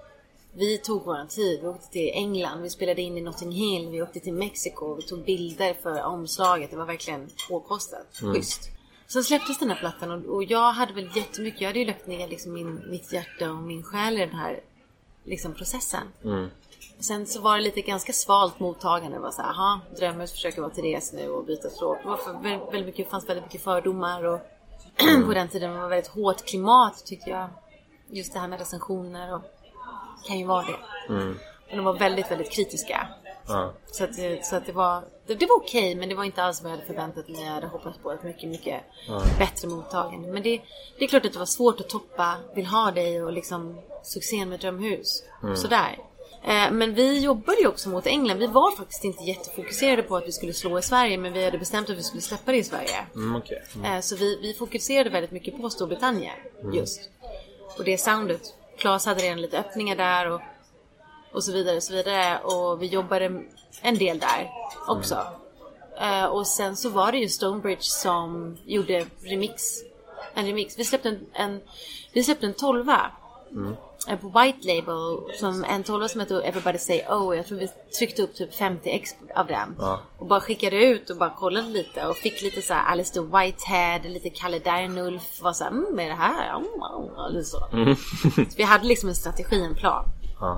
Vi tog våran tid, vi åkte till England, vi spelade in i Notting Hill, vi åkte till Mexiko, vi tog bilder för omslaget, det var verkligen påkostat, mm. schysst. Så släpptes den här plattan och, och jag hade väl jättemycket, jag hade ju lagt ner liksom min, mitt hjärta och min själ i den här liksom, processen. Mm. Sen så var det lite ganska svalt mottagande, det var så här, aha, Drömhus försöker vara Therese nu och byta språk. Det var för, väldigt, väldigt mycket, fanns väldigt mycket fördomar och mm. på den tiden var det väldigt hårt klimat tyckte jag. Just det här med recensioner och kan ju vara det. Mm. Men de var väldigt, väldigt kritiska. Mm. Så, att, så att det var det, det var okej, men det var inte alls vad jag hade förväntat mig. Jag hade hoppats på ett mycket, mycket mm. bättre mottagande. Men det, det är klart att det var svårt att toppa Vill ha dig och liksom succén med Drömhus. Mm. Sådär. Eh, men vi jobbade ju också mot England. Vi var faktiskt inte jättefokuserade på att vi skulle slå i Sverige, men vi hade bestämt att vi skulle släppa det i Sverige. Mm, okay. mm. eh, Så vi, vi fokuserade väldigt mycket på Storbritannien mm. just. Och det soundet. Claes hade redan lite öppningar där och, och så vidare och så vidare. Och vi jobbade en del där också. Mm. Uh, och sen så var det ju Stonebridge som gjorde remix. En remix. Vi släppte en, en, vi släppte en tolva mm. uh, på White Label. Som en tolva som heter Everybody Say Oh. Jag tror vi tryckte upp typ femtio ex av den. Ja. Och bara skickade ut och bara kollade lite. Och fick lite så här Alistair Whitehead, lite Kalle Dernulf. Var så här, mm, vad är det här? Mm, lite så. Mm. Så vi hade liksom en strategi, en plan. Ja.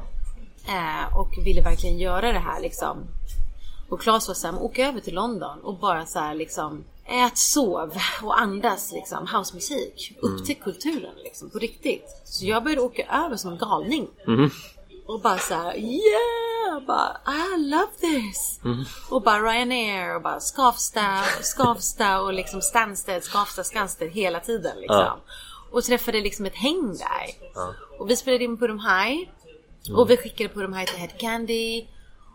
Uh, och ville verkligen göra det här liksom. Och Claes var så här, åka över till London och bara så här liksom ät, sov och andas liksom housemusik. Mm. Upp till kulturen liksom på riktigt. Så jag började åka över som en galning. Mm. Och bara så här, yeah, bara I love this. Mm. Och bara Ryanair och bara Skavsta, Skavsta och liksom Stansted, Skavsta, Stansted hela tiden liksom. Ja. Och träffade liksom ett häng där. Ja. Och vi spelade in på de här. Mm. Och vi skickade på de här till Head Candy.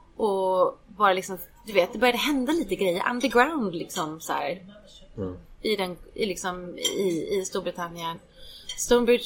Och bara liksom, du vet, det började hända lite grejer underground liksom så här. Mm. I den i liksom i i Storbritannien. Stonebridge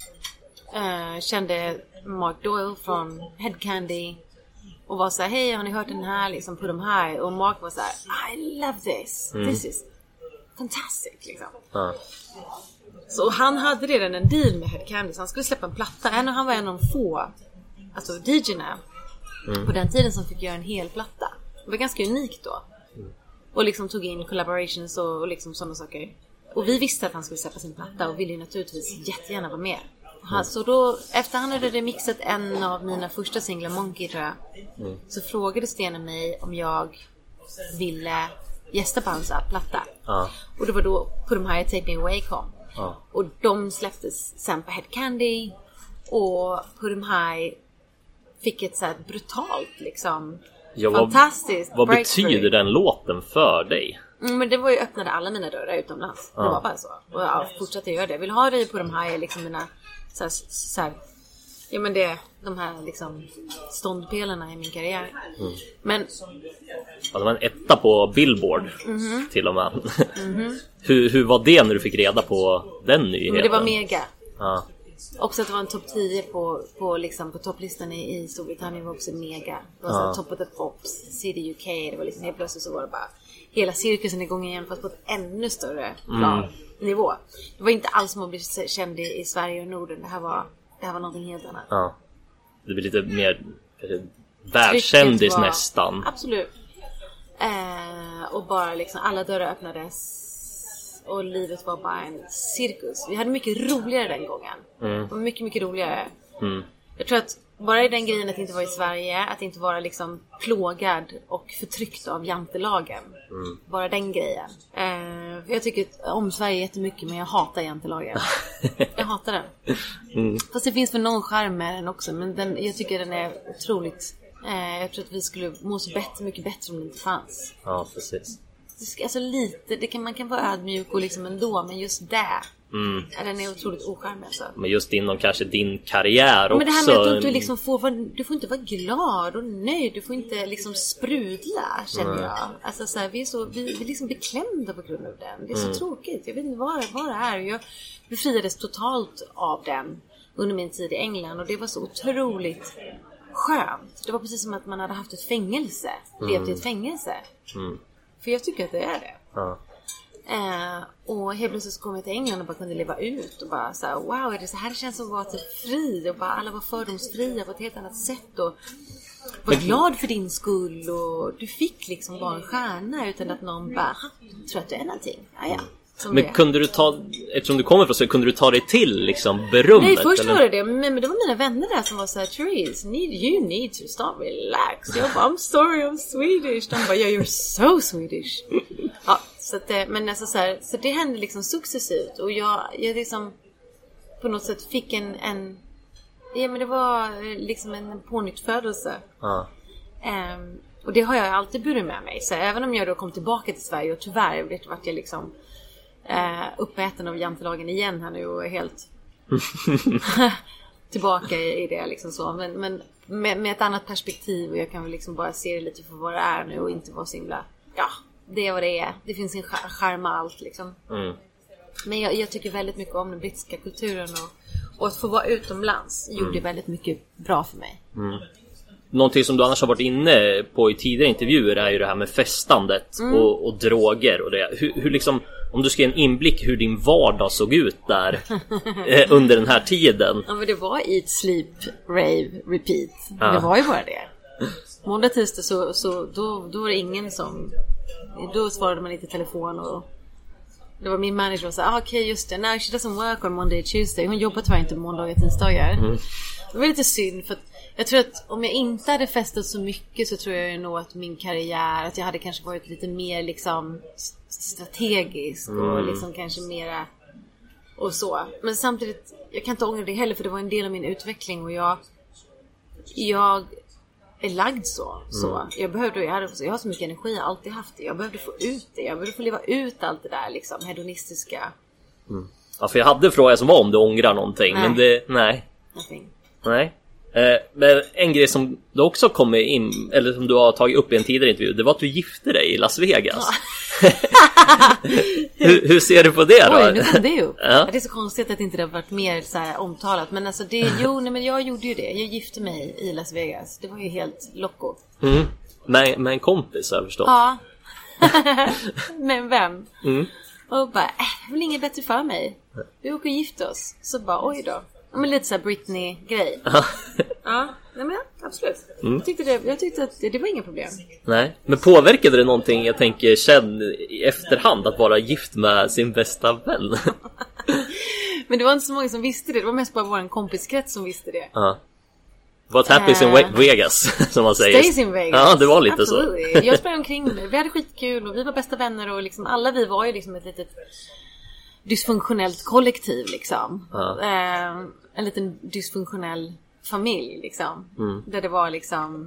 uh, kände Mark Doyle från Head Candy och var så här, hej, har ni hört den här liksom på de här? Och Mark var så här, I love this. Mm. This is fantastic liksom. Uh. Så han hade redan en deal med Head Candy, så han skulle släppa en platta. En och han var en av de få, alltså D J:na mm. på den tiden som fick göra en hel platta. Det var ganska unikt då. Mm. Och liksom tog in collaborations och, och liksom sådana saker. Och vi visste att han skulle släppa sin platta och ville naturligtvis jättegärna vara med. Mm. Så då, efter han hade remixat en av mina första singlar, Monkey tror jag, mm. så frågade Sten mig om jag ville gästa på hans platta. Ah. Och det var då på de här Take Me Away kom. Ah. Och de släpptes sen på Head Candy. Och på de här fick ett så här brutalt liksom ja, fantastiskt vad, vad betyder den låten för dig? Mm, men det var ju öppnade alla mina dörrar utomlands. Ah. Det var bara så. Och jag fortsatte göra det. Jag vill ha dig på de här liksom mina så här, så här, ja men det de här liksom ståndpelarna i min karriär. Mm. Men ja, det var en etta på Billboard mm-hmm. till och med. Mm-hmm. hur, hur var det när du fick reda på den nyheten? Men det var mega. Ja. Också att det var en topp tio på, på, liksom, på topplistan i, i Storbritannien var också mega. Det var ja. så Top of the Pops, C D U K. Det var liksom helt plötsligt så var det bara hela cirkusen igång igen, fast på ett ännu större plan, mm. nivå. Det var inte alls som att bli känd i, i Sverige och Norden. Det här var, det här var någonting helt annat. Ja. Det blir lite mer världskändis var, nästan. Absolut. Eh, och bara liksom alla dörrar öppnades. Och livet var bara en cirkus. Vi hade mycket roligare den gången. Mm. Det var mycket, mycket roligare. Mm. Jag tror att bara i den grejen att inte vara i Sverige, att inte vara liksom plågad och förtryckt av jantelagen. Mm. Bara den grejen. Eh, för jag tycker om Sverige jättemycket, men jag hatar jantelagen. Jag hatar den. Mm. Fast det finns väl någon charm med den också, men den, jag tycker den är otroligt. Eh, jag tror att vi skulle må så bättre, mycket bättre om det inte fanns. Ja, precis. Alltså lite, det kan, man kan vara ödmjuk och liksom ändå, men just där mm. ja, den är otroligt ocharmig alltså. Men just inom kanske din karriär också. Men det här med att du, du liksom får, du får inte vara glad och nöjd, du får inte liksom sprudla, känner mm. jag. Alltså så här, vi är så, vi, vi är liksom beklämda på grund av den. Det är mm. så tråkigt, jag vet inte vad, vad det är. Jag befriades totalt av den under min tid i England, och det var så otroligt skönt. Det var precis som att man hade haft ett fängelse, mm. levt i ett fängelse. Mm. För jag tycker att det är det. Ja. Eh, och helt plötsligt så kom jag till England och bara kunde leva ut. Och bara så här, wow, är det så här det känns att vara typ fri? Och bara alla var fördomsfria på ett helt annat sätt. Och var glad för din skull. Och du fick liksom vara en stjärna utan att någon bara, tror att du är någonting. Ja, ja. Men det. Kunde du ta, eftersom du kommer från så kunde du ta dig till liksom berömmet? Nej, först eller? var det det, men, men det var mina vänner där som var så här, Therese, need, you need to start relax. Jag bara, I'm sorry, I'm Swedish. De bara, yeah, you're so Swedish. Ja, så att, men alltså så här, så det hände liksom successivt. Och jag, jag liksom på något sätt fick en, en ja men det var liksom en pånyttfödelse. Ja. Um, och det har jag alltid burit med mig. Så även om jag då kom tillbaka till Sverige och tyvärr vet vart jag liksom Uh, uppäten av jantelagen igen här nu och är helt tillbaka i, i det liksom så, men, men med, med ett annat perspektiv, och jag kan väl liksom bara se det lite för vad det är nu och inte vara så himla, ja, det är vad det är, det finns en charm och allt liksom. Mm. Men jag, jag tycker väldigt mycket om den brittiska kulturen, och, och att få vara utomlands mm. gjorde väldigt mycket bra för mig. Mm. Någonting som du annars har varit inne på i tidigare intervjuer är ju det här med festandet mm. och, och droger och det. Hur, hur liksom, om du ska ge en inblick hur din vardag såg ut där eh, under den här tiden. Ja, men det var eat, sleep, rave, repeat. Ja. Det var ju bara det. Måndag, tisdag så, så då, då var det ingen som, då svarade man inte i telefon, och det var min manager som sa, ah, okej okay, just det, no, she doesn't work on Monday and Tuesday. Hon jobbar tyvärr inte måndagar och tisdagar. Mm. Det var lite synd, för att jag tror att om jag inte hade festat så mycket så tror jag nog att min karriär, att jag hade kanske varit lite mer liksom strategisk mm. och liksom kanske mera och så. Men samtidigt, jag kan inte ångra det heller, för det var en del av min utveckling, och jag jag är lagd så. så. Mm. Jag behövde, jag, hade, jag har så mycket energi, jag har alltid haft det. Jag behövde få ut det, jag behövde få leva ut allt det där liksom hedonistiska. Mm. Ja, för jag hade frågat som var om du ångrar någonting, nej. men det, nej. Nothing. Nej. Eh, men en grej som du också kommer in, eller som du har tagit upp i en tidigare intervju, det var att du gifte dig i Las Vegas. Ja. hur, hur ser du på det då? Oj, nu kom det upp. Ja. Det är så konstigt att inte det har varit mer så här omtalat. Men alltså det, jo, nej, men jag gjorde ju det. Jag gifte mig i Las Vegas. Det var ju helt loco. Mm. Med, med en kompis, har jag förstått. Ja. Med en vän. Mm. Och bara, äh, det är väl inget bättre för mig. Vi åker och gifter oss. Så bara, oj då. Ja, men lite så här Britney-grej. Ja, nej men absolut. Mm. Jag, tyckte det, jag tyckte att det, det var inga problem. Nej, men påverkade det någonting, jag tänker, känn i efterhand att vara gift med sin bästa vän? Men det var inte så många som visste det. Det var mest bara vår kompiskrets som visste det. Ja. What happens in Vegas, som man säger. Stays in Vegas. Ja, det var lite Absolutely. Så. Jag sprang omkring, vi hade skitkul och vi var bästa vänner och liksom alla vi var ju liksom ett litet dysfunktionellt kollektiv liksom. Ja. Eh, en liten dysfunktionell familj liksom. Mm. Där det var liksom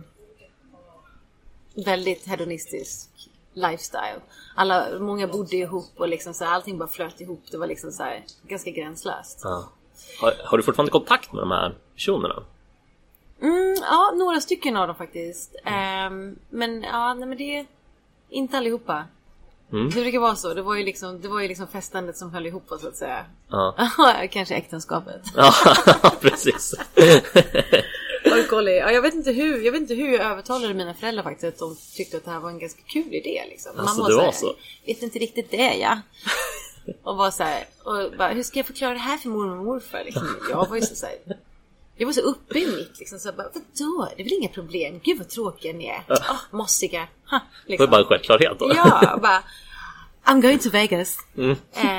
väldigt hedonistisk lifestyle. Alla, många bodde ihop och liksom så här, allting bara flöt ihop. Det var liksom så här, ganska gränslöst. Ja. Har, har du fortfarande kontakt med de här personerna? Mm, ja, några stycken av dem faktiskt. Um, men ja, nej, men det är inte allihopa. Mm. Det brukar vara så. Det var ju liksom, det var ju liksom festandet som höll ihop, så att säga. Ja. Kanske äktenskapet. Ja, precis. Ja, jag vet inte hur, jag vet inte hur jag övertalade mina föräldrar faktiskt att de tyckte att det här var en ganska kul idé liksom. Alltså, man det var var så här, så. vet inte riktigt det, ja. Och var så här, och bara, hur ska jag förklara det här för mormor och morfar liksom? Jag var ju så, så här, jag var så uppe i mitt liksom, så bara, vadå? Det är väl inga problem. Gud vad tråkiga ni är. Åh, oh, mossiga. Ha, liksom. Det var bara en självklarhet då. Ja, bara I'm going to Vegas. Mm.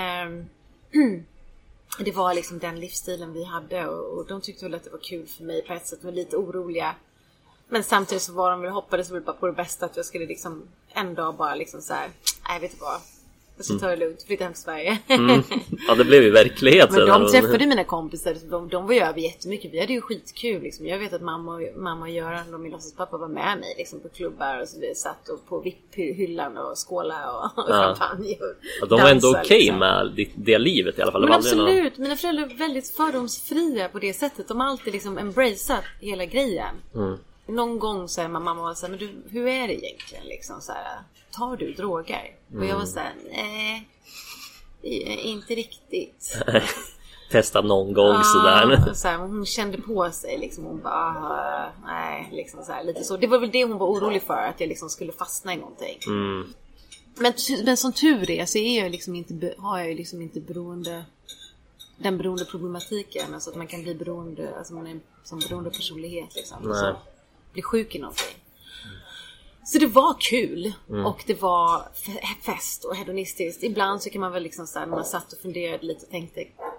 Um, det var liksom den livsstilen vi hade och, och de tyckte väl att det var kul för mig på ett sätt. De var lite oroliga. Men samtidigt så var de väl, hoppades väl bara på det bästa, att jag skulle liksom en dag bara liksom så här, nej, vet du vad? Jag ska ta det lugnt, flytta hem till Sverige. Mm. Ja, det blev ju verklighet. Men de träffade mina kompisar, de, de var ju över jättemycket. Vi hade ju skitkul liksom. Jag vet att mamma och, mamma och Göran och min låtsaspappa var med mig liksom, på klubbar och så vi satt och på vipp-hyllan och skåla och, och ja. champagne och ja, de var ändå okej okay liksom. Med det, det livet i alla fall. Men absolut, någon... mina föräldrar är väldigt fördomsfria på det sättet. De har alltid liksom embraceat hela grejen. Mm. Någon gång så är mamma var så här, men du, hur är det egentligen liksom så här, tar du droger? Mm. Och jag var så här, nej, inte riktigt. Testa någon gång ja, sådär. Så här, hon kände på sig liksom, hon bara, nej, liksom så här, lite så. Det var väl det hon var orolig för, att jag liksom skulle fastna i någonting. Mm. Men, men som tur är så är jag liksom inte, har jag liksom inte beroende, den beroende problematiken, alltså att man kan bli beroende, alltså man är som beroende personlighet liksom. Så bli sjuk i någonting. Så det var kul. Mm. Och det var fest och hedonistiskt. Ibland så kan man väl liksom så här, när man satt och funderade lite och tänkte,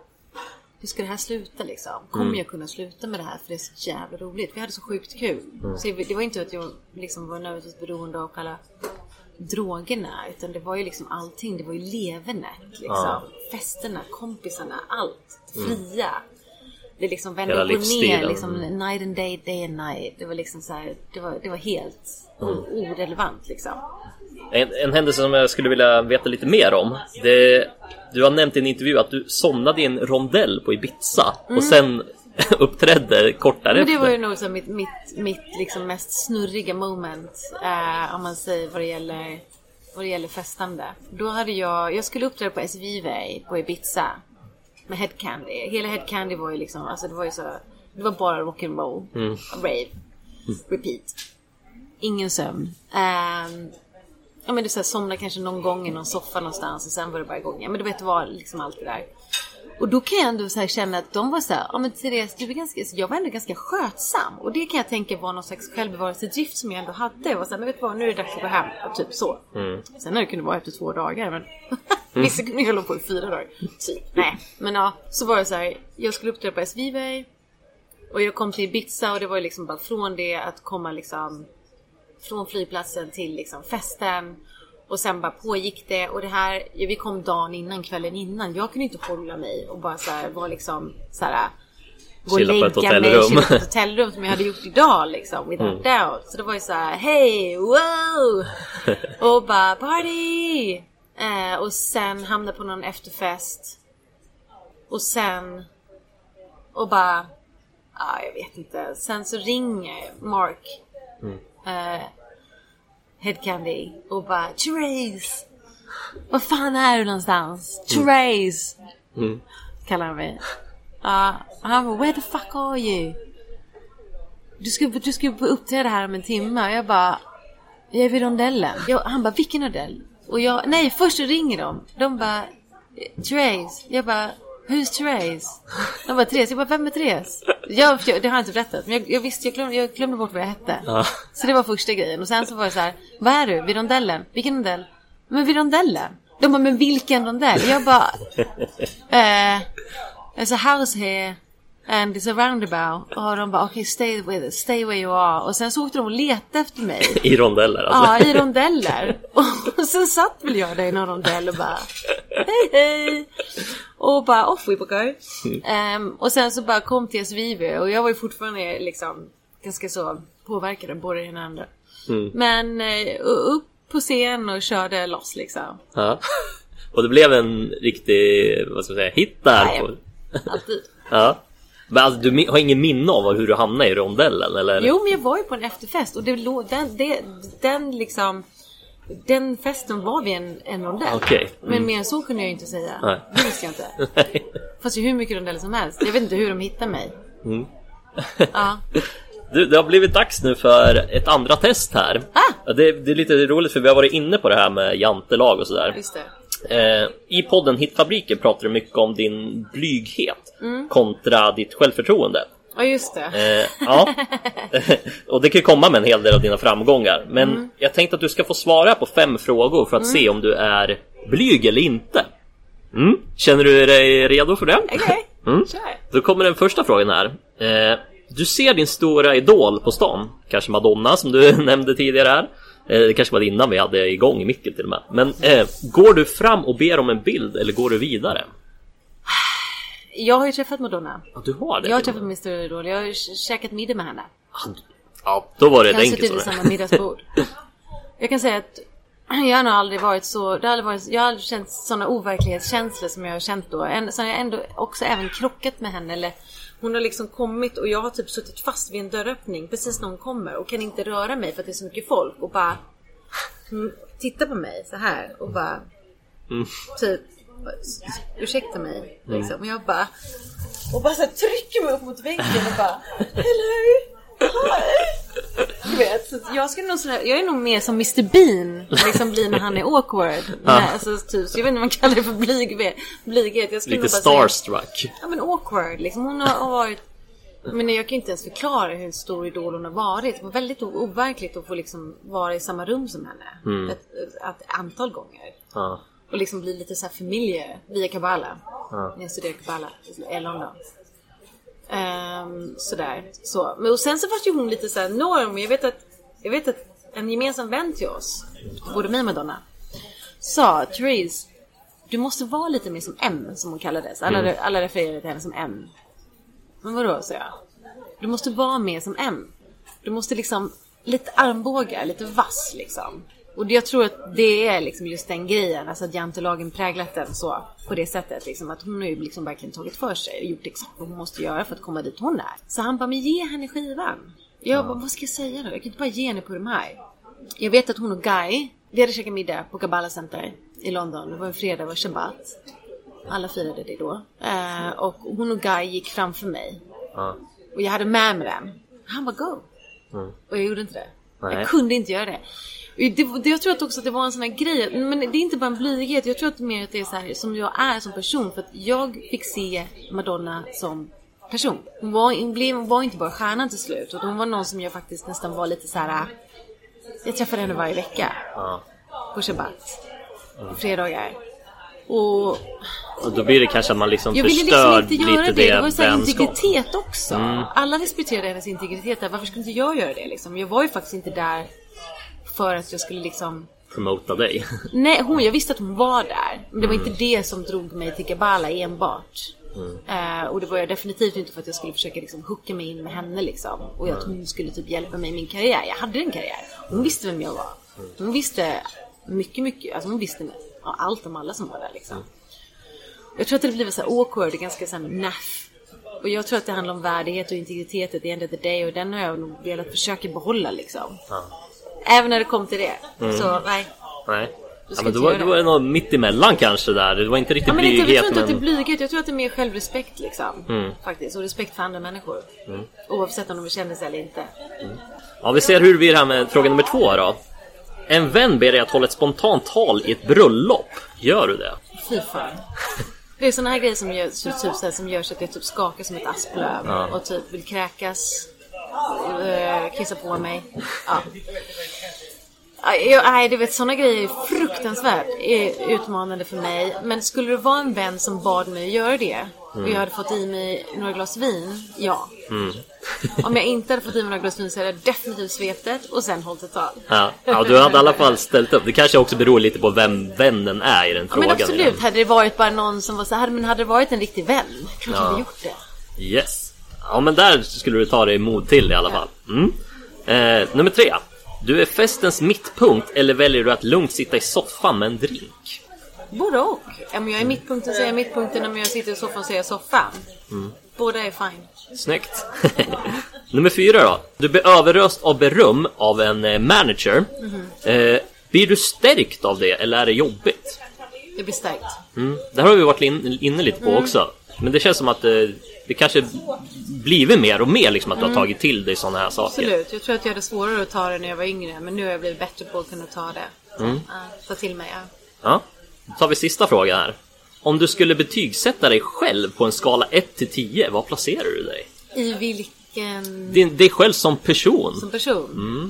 hur ska det här sluta liksom? Kommer mm. jag kunna sluta med det här? För det är så jävla roligt. Vi hade så sjukt kul. Mm. Så det var inte att jag liksom var nödvändigtvis beroende av alla drogerna, utan det var ju liksom allting. Det var ju levernet liksom. Ja. Festerna, kompisarna, allt. Fria. Mm. Det liksom vände upp och ner liksom, night and day, day and night. Det var liksom så här, det var, det var helt mm. orelevant liksom. En, en händelse som jag skulle vilja veta lite mer om, det, du har nämnt i en intervju att du somnade i en rondell på Ibiza mm. och sen uppträdde kortare. Men det var ju nog så mitt, mitt, mitt liksom mest snurriga moment eh, om man säger vad det gäller, vad det gäller festande. Då hade jag, jag skulle uppträda på S V V på Ibiza med Head Candy. Hela Head Candy var ju liksom, alltså det var ju så, det var bara rock'n'roll, mm. rave, mm. repeat. Ingen sömn. Um, ja men du så här, somnade kanske någon gång i någon soffa någonstans och sen var det bara igång. Ja, men du vet, det var liksom allt det där. Och då kan jag ändå så här känna att de var så här, ja men Therese, du är ganska, jag var ändå ganska skötsam. Och det kan jag tänka var någon slags självbevarelsedrift som jag ändå hade. Jag var så här, men vet du vad, nu är det dags att gå hem. Och typ så. Mm. Sen när det kunde vara efter två dagar, men vissa kunde hålla på i fyra dagar. Typ, nej. Men ja, så var det så här, jag skulle uppträda på S V V. Och jag kom till Ibiza och det var liksom bara från det att komma liksom från flygplatsen till liksom festen. Och sen bara pågick det. Och det här, ja, vi kom dagen innan, kvällen innan. Jag kunde inte hålla mig och bara så här, var liksom så här, gå och lägga på mig, chilla på ett hotellrum som jag hade gjort idag liksom, without mm. doubt. Så det var ju så här, hej, wow! Och bara, party! Eh, och sen hamnade på någon efterfest. Och sen och bara Ja, jag vet inte. Sen så ringer Mark mm. uh, Headcandy och bara Therese, vad fan är du någonstans? Therese mm. kallar han mig. uh, Han bara, where the fuck are you? Du ska, du ska uppträda här om en timme. Och jag bara, jag är vid rondellen. Jag, han bara, vilken rondell? Och jag, nej, först ringer de. De bara, Therese. Jag bara, who's Therese? De bara, Therese. Jag bara, vem är Therese? Jag, jag, det har jag inte berättat. Men jag, jag visste, jag glömde, jag glömde bort vad jag hette. Ja. Så det var första grejen. Och sen så var det så här, vad är du? Vid rondellen? Vilken rondell? Men vid rondellen. De bara, men vilken rondell? Jag bara, eh, there's a house here. And it's a roundabout. Och de bara, okej, okay, stay with it, stay where you are. Och sen så åkte de och letade efter mig. I rondeller alltså. Ja, i rondeller. Och sen satt väl jag där i någon rondell och bara, hej hej. Och bara, off we go. Mm. Um, och sen så bara kom T S Vive. Och jag var ju fortfarande liksom ganska så påverkad av både det ena och andra. Mm. Men uh, upp på scen och körde loss liksom. Ja. Och det blev en riktig, vad ska jag säga, hit där. Nej, alltid. Ja. Men alltså, du har ingen minne av hur du hamnade i rondellen eller? Jo, men jag var ju på en efterfest och det låg, den, det, den liksom den festen var vid en, en rondell. Okay. Mm. Men mer än så kunde jag ju inte säga. Nej. Det visste jag inte. Fast ju hur mycket rondeller som helst. Jag vet inte hur de hittar mig. Mm. Ja. Du, det har blivit dags nu för ett andra test här. Ah! Det, det är lite roligt för vi har varit inne på det här med jantelag och sådär. Just det. Eh, I podden Hitfabriken pratar du mycket om din blyghet mm. kontra ditt självförtroende. Ja, just det. Eh, ja. Och det kan komma med en hel del av dina framgångar. Men mm. jag tänkte att du ska få svara på fem frågor för att mm. se om du är blyg eller inte. Mm. Känner du dig redo för det? Okej, okay. mm. Då kommer den första frågan här. eh, Du ser din stora idol på stan, kanske Madonna som du nämnde tidigare här. Det kanske var innan vi hade igång i micken till och med. Men eh, går du fram och ber om en bild eller går du vidare? Jag har ju träffat Madonna. Ja, du har det. Jag har träffat min stora idol. Jag har käkat middag med henne. Ja, då var det ett enkelt. Jag har suttit vid samma middagsbord. Jag kan säga att jag har nog aldrig varit så... Det har aldrig varit, jag har aldrig känt sådana overklighetskänslor som jag har känt då. En, så har jag ändå också även krockat med henne. Eller hon har liksom kommit och jag har typ suttit fast vid en dörröppning precis när hon kommer. Och kan inte röra mig för att det är så mycket folk. Och bara titta på mig så här. Och bara mm. typ... ursäkta mig liksom. Mm. Och jag bara och bara så här, trycker mig upp mot väggen och bara hello, hi. Du vet, så jag skulle nog sådär, jag är nog mer som mister Bean liksom blir när han är awkward. Nej, alltså, typ, så jag vet inte vad man kallar det för blyg, blyghet. Jag skulle lite starstruck säga, ja men awkward liksom. Hon har varit, men jag kan inte ens förklara hur stor idol hon har varit. Det var väldigt overkligt att få liksom vara i samma rum som henne mm. ett, ett, ett antal gånger. Ja. Och liksom bli lite så här familiar via Kabbalah. Ja. När jag studerade Kabbalah i London. Um, sådär. Så. Men och sen så var ju hon lite så här norm. Jag vet att, jag vet att en gemensam vän till oss, både mig och Madonna, sa, Therese, du måste vara lite mer som M, som hon kallades. Alla, mm. alla refererade till henne som M. Men vadå, så jag? Du måste vara mer som M. Du måste liksom, lite armbågar, lite vass liksom. Och jag tror att det är liksom just den grejen, alltså att jantelagen präglat den så på det sättet liksom, att hon har ju liksom verkligen tagit för sig och gjort exakt vad hon måste göra för att komma dit hon är. Så han bara, men ge henne skivan. Jag bara, vad ska jag säga då? Jag kan inte bara ge henne på de här. Jag vet att hon och Guy, vi hade käkat middag på Kabbalah Center i London. Det var en fredag, det var Shabbat. Alla firade det då. Uh, och hon och Guy gick framför mig. Ja. Och jag hade med mig den. Han bara, go. Mm. Och jag gjorde inte det. Nej. Jag kunde inte göra det. Det, det, jag tror att också att det var en sån här grej. Men det är inte bara en blyghet. Jag tror att det mer att det är så här som jag är som person. För att jag fick se Madonna som person. Hon var, hon blev, hon var inte bara stjärnan till slut. Och hon var någon som jag faktiskt nästan var lite så här. Jag träffade henne varje vecka. Ja. På Shabbat. På fredagar. Och, och då blir det kanske att man liksom jag ville förstör liksom inte göra lite det. det. Det var så här integritet också. Mm. Alla respekterade hennes integritet. Varför skulle inte jag göra det liksom? Jag var ju faktiskt inte där för att jag skulle liksom promota dig. Nej, hon, jag visste att hon var där. Men det var mm. inte det som drog mig till Kabbalah enbart. Mm. Uh, och det var jag definitivt inte för att jag skulle försöka liksom hooka mig in med henne liksom. Och mm. att hon skulle typ hjälpa mig i min karriär. Jag hade en karriär. Hon visste vem jag var. Hon visste mycket, mycket. Alltså hon visste allt om alla som var där liksom. Mm. Jag tror att det blev så här awkward, ganska så här naff Och jag tror att det handlar om värdighet och integritet at the end of the day. Och den har jag nog velat försöka behålla liksom. Ja. Även när det kom till det. Mm. Så nej. Nej. Ja, men då var, då var det något mitt emellan kanske där. Det var inte riktigt ja, men blyghet. Inte, jag tror inte men... att det är blyghet. Jag tror att det är mer självrespekt liksom. Mm. Faktiskt. Och respekt för andra människor. Mm. Oavsett om de känner sig eller inte. Mm. Ja, vi ser hur det blir här med fråga nummer två då. En vän ber dig att hålla ett spontant tal i ett bröllop. Gör du det? Fy fan. Det är såna här grejer som gör, typ, så här, som gör så att jag typ skakar som ett asplöv. Ja. Och typ vill kräkas. Äh, kissa på mig. Ja. Nej, du vet, såna grejer är fruktansvärt är utmanande för mig. Men skulle det vara en vän som bad mig göra det mm. och jag hade fått i mig några glas vin, ja. Mm. Om jag inte hade fått i mig några glas vin så hade jag definitivt svept och sen hållit ett tal. Ja, ja, du hade i alla fall ställt upp. Det kanske också beror lite på vem vännen är i den frågan. Ja, men absolut, igen. Hade det varit bara någon som var så här, men hade det varit en riktig vän, kanske ja. hade gjort det. Yes. Ja, men där skulle du ta dig emot till i alla fall. Mm. Eh, nummer tre. Du är festens mittpunkt eller väljer du att lugnt sitta i soffan med en drink? Både och. Om jag är mittpunkten så är jag mittpunkten. Om jag sitter i soffan så är jag soffan. Mm. Båda är fine. Snyggt. Nummer fyra då. Du blir överröst av beröm av en manager. Mm-hmm. eh, Blir du stärkt av det eller är det jobbigt? Jag blir stärkt. Mm. Det har vi varit in, inne lite på mm. också. Men det känns som att det, det kanske blivit mer och mer liksom att mm. du har tagit till dig sådana här saker. Absolut, jag tror att jag hade svårare att ta det när jag var yngre. Men nu har jag blivit bättre på att kunna ta det. Mm. Ja, ta till mig, ja. Ja, då tar vi sista frågan här. Om du skulle betygsätta dig själv på en skala ett till tio, vad placerar du dig? I vilken... Din, dig själv som person. Som person? Mm.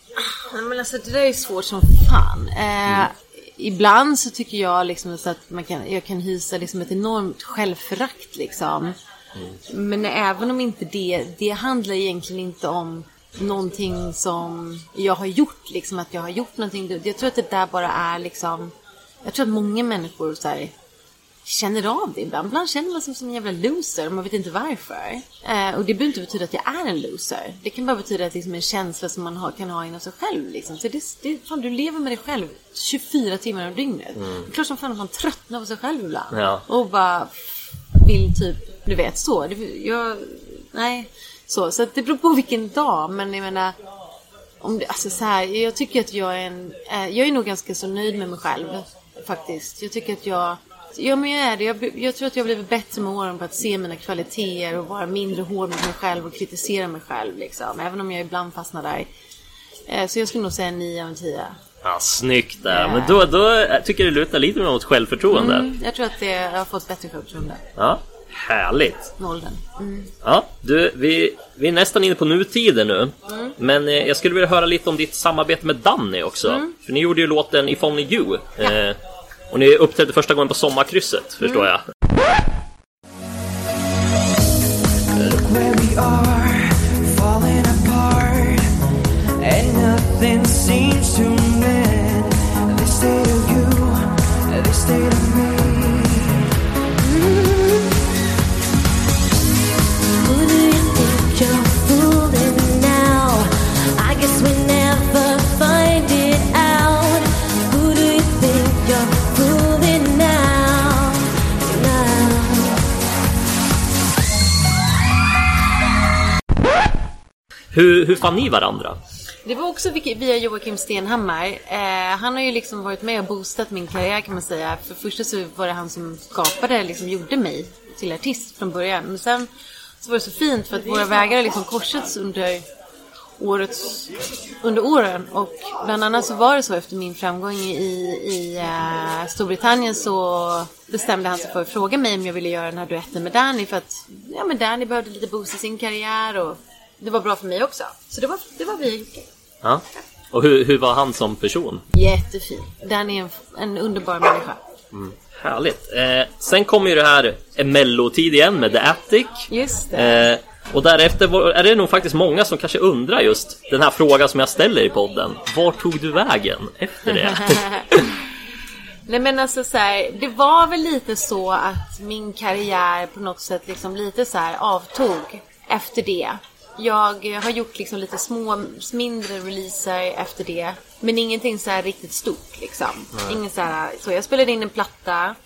Ah, men alltså det där är svårt som fan. Eh... Mm. Ibland så tycker jag liksom så att man kan, jag kan hysa liksom ett enormt självförakt liksom. Mm. Men även om inte det, det handlar egentligen inte om någonting som jag har gjort, liksom att jag har gjort någonting. Jag tror att det där bara är liksom, jag tror att många människor så här, känner av det ibland. Ibland känner man sig som en jävla loser och man vet inte varför. Eh, och det behöver inte betyda att jag är en loser. Det kan bara betyda att det är liksom en känsla som man har, kan ha inom sig själv. Liksom. Så det, det, fan, du lever med dig själv tjugofyra timmar om dygnet. Mm. Det är klart som fan att man tröttnar på sig själv ibland. Ja. Och bara vill typ, du vet, så. Det, jag, nej, så. Så att det beror på vilken dag. Men jag menar, om det, alltså så här, jag tycker att jag är en, eh, jag är nog ganska så nöjd med mig själv. Faktiskt. Jag tycker att jag Ja, men jag är det. Jag, jag tror att jag har blivit bättre med åren på att se mina kvaliteter och vara mindre hård mot mig själv och kritisera mig själv liksom. Även om jag ibland fastnar där. Eh, så jag skulle nog säga nio av tio. Ja, snyggt där. Yeah. Men då, då tycker jag det lutar lite mer mot självförtroende. Mm, jag tror att det, jag har fått bättre självförtroende. Ja, härligt. Nollen. Mm. Ja, du, vi, vi är nästan inne på nutiden nu. Mm. Men eh, jag skulle vilja höra lite om ditt samarbete med Danny också. Mm. För ni gjorde ju låten If Only You. Ja. Eh, Och ni uppträdde första gången på Sommarkrysset, förstår jag. Look where we are, falling apart, and nothing seems to mend. This state of you, this state of me. Mm. Who do you think you're fooling now? I guess we never find it out. Who do you think you're Hur, hur fann ni varandra? Det var också via Joakim Stenhammar. Eh, han har ju liksom varit med och boostat min karriär, kan man säga. För först så var det han som skapade, liksom gjorde mig till artist från början. Men sen så var det så fint för att våra vägar liksom korsats under årets, under åren. Och bland annat så var det så efter min framgång i, i uh, Storbritannien så bestämde han sig för att fråga mig om jag ville göra den här duetten med Danny. För att ja, men Danny behövde lite boosta sin karriär och det var bra för mig också. Så det var, det var vi. Ja. Och hur, hur var han som person? Jättefin. Danny är en, en underbar människa. Mm. Härligt. Eh, sen kommer ju det här Mello-tid igen med The Attic. Just det. Eh, och därefter är det nog faktiskt många som kanske undrar just den här frågan som jag ställer i podden. Var tog du vägen efter det? Nej, men alltså så här, det var väl lite så att min karriär på något sätt liksom lite så här avtog efter det. Jag har gjort liksom lite små, mindre releaser efter det. Men ingenting så här riktigt stort liksom. Ingen så här, så jag spelade in en platta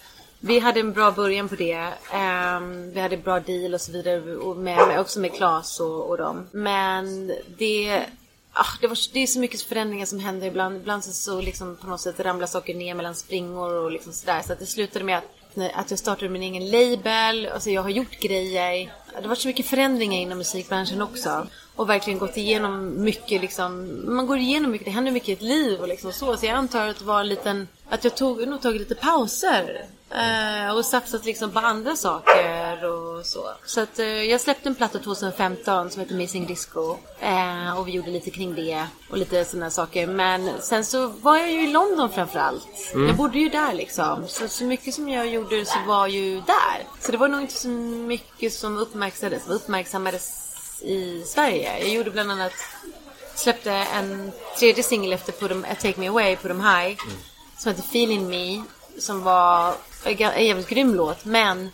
Vi hade en bra början på det. Um, vi hade bra deal och så vidare. Och med, med, också med Claes och, och dem. Men det... Ah, det, var, det är så mycket förändringar som händer ibland. Ibland så, så liksom på något sätt ramlar saker ner mellan springor och liksom sådär. Så att det slutade med att, att jag startade min egen label. Alltså jag har gjort grejer. Det har varit så mycket förändringar inom musikbranschen också. Och verkligen gått igenom mycket liksom. Man går igenom mycket, det händer mycket i ett liv och liksom så. Så jag antar att det var en liten... Att jag tog, nog tagit lite pauser. Eh, och satsat liksom på andra saker och så. Så att eh, jag släppte en platta tjugohundrafemton som heter Missing Disco. Eh, och vi gjorde lite kring det. Och lite sådana saker. Men sen så var jag ju i London framförallt. Mm. Jag bodde ju där liksom. Så, så mycket som jag gjorde så var ju där. Så det var nog inte så mycket som uppmärksammades, uppmärksammades i Sverige. Jag gjorde bland annat... Släppte en tredje singel efter Put 'em, Take Me Away, Put 'em High. Mm. Som heter Feeling Me. Som var en jävligt grym låt. Men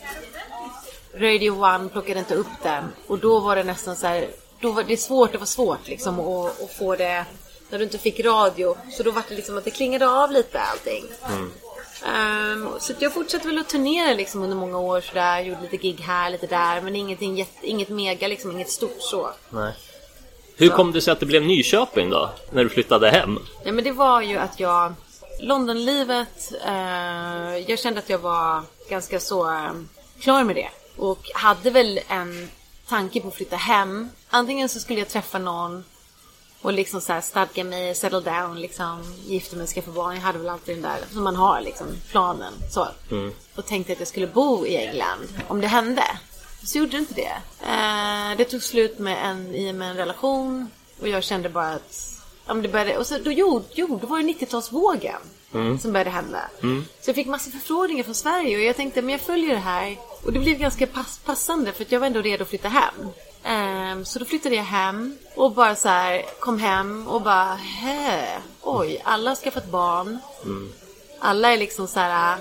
Radio One plockade inte upp den. Och då var det nästan så här. Då var det svårt, det var svårt liksom att, att få det. När du inte fick radio. Så då var det liksom att det klingade av lite allting. Mm. Um, så jag fortsatte väl att turnera liksom under många år så där, gjorde lite gig här, lite där. Men ingenting, inget mega liksom, inget stort så. Nej. Hur så. Kom det sig att det blev Nyköping då? När du flyttade hem? Ja, men det var ju att jag Londonlivet, eh, jag kände att jag var ganska så eh, klar med det. Och hade väl en tanke på att flytta hem. Antingen så skulle jag träffa någon och liksom så här stadga mig, settle down, liksom gifta mig, skaffa barn. Jag hade väl alltid den där som man har liksom, planen så. Mm. Och tänkte att jag skulle bo i England om det hände. Så gjorde inte det. Eh, det tog slut med en, i med en relation. Och jag kände bara att ja, men det började, och så, då, jo, jo, då var det nittiotalsvågen mm. som började hända. Mm. Så jag fick massa förfrågningar från Sverige. Och jag tänkte, men jag följer det här. Och det blev ganska pass, passande. För att jag var ändå redo att flytta hem. Um, så då flyttade jag hem. Och bara så här, kom hem och bara, hä, oj, alla har skaffat barn. Mm. Alla är liksom så här,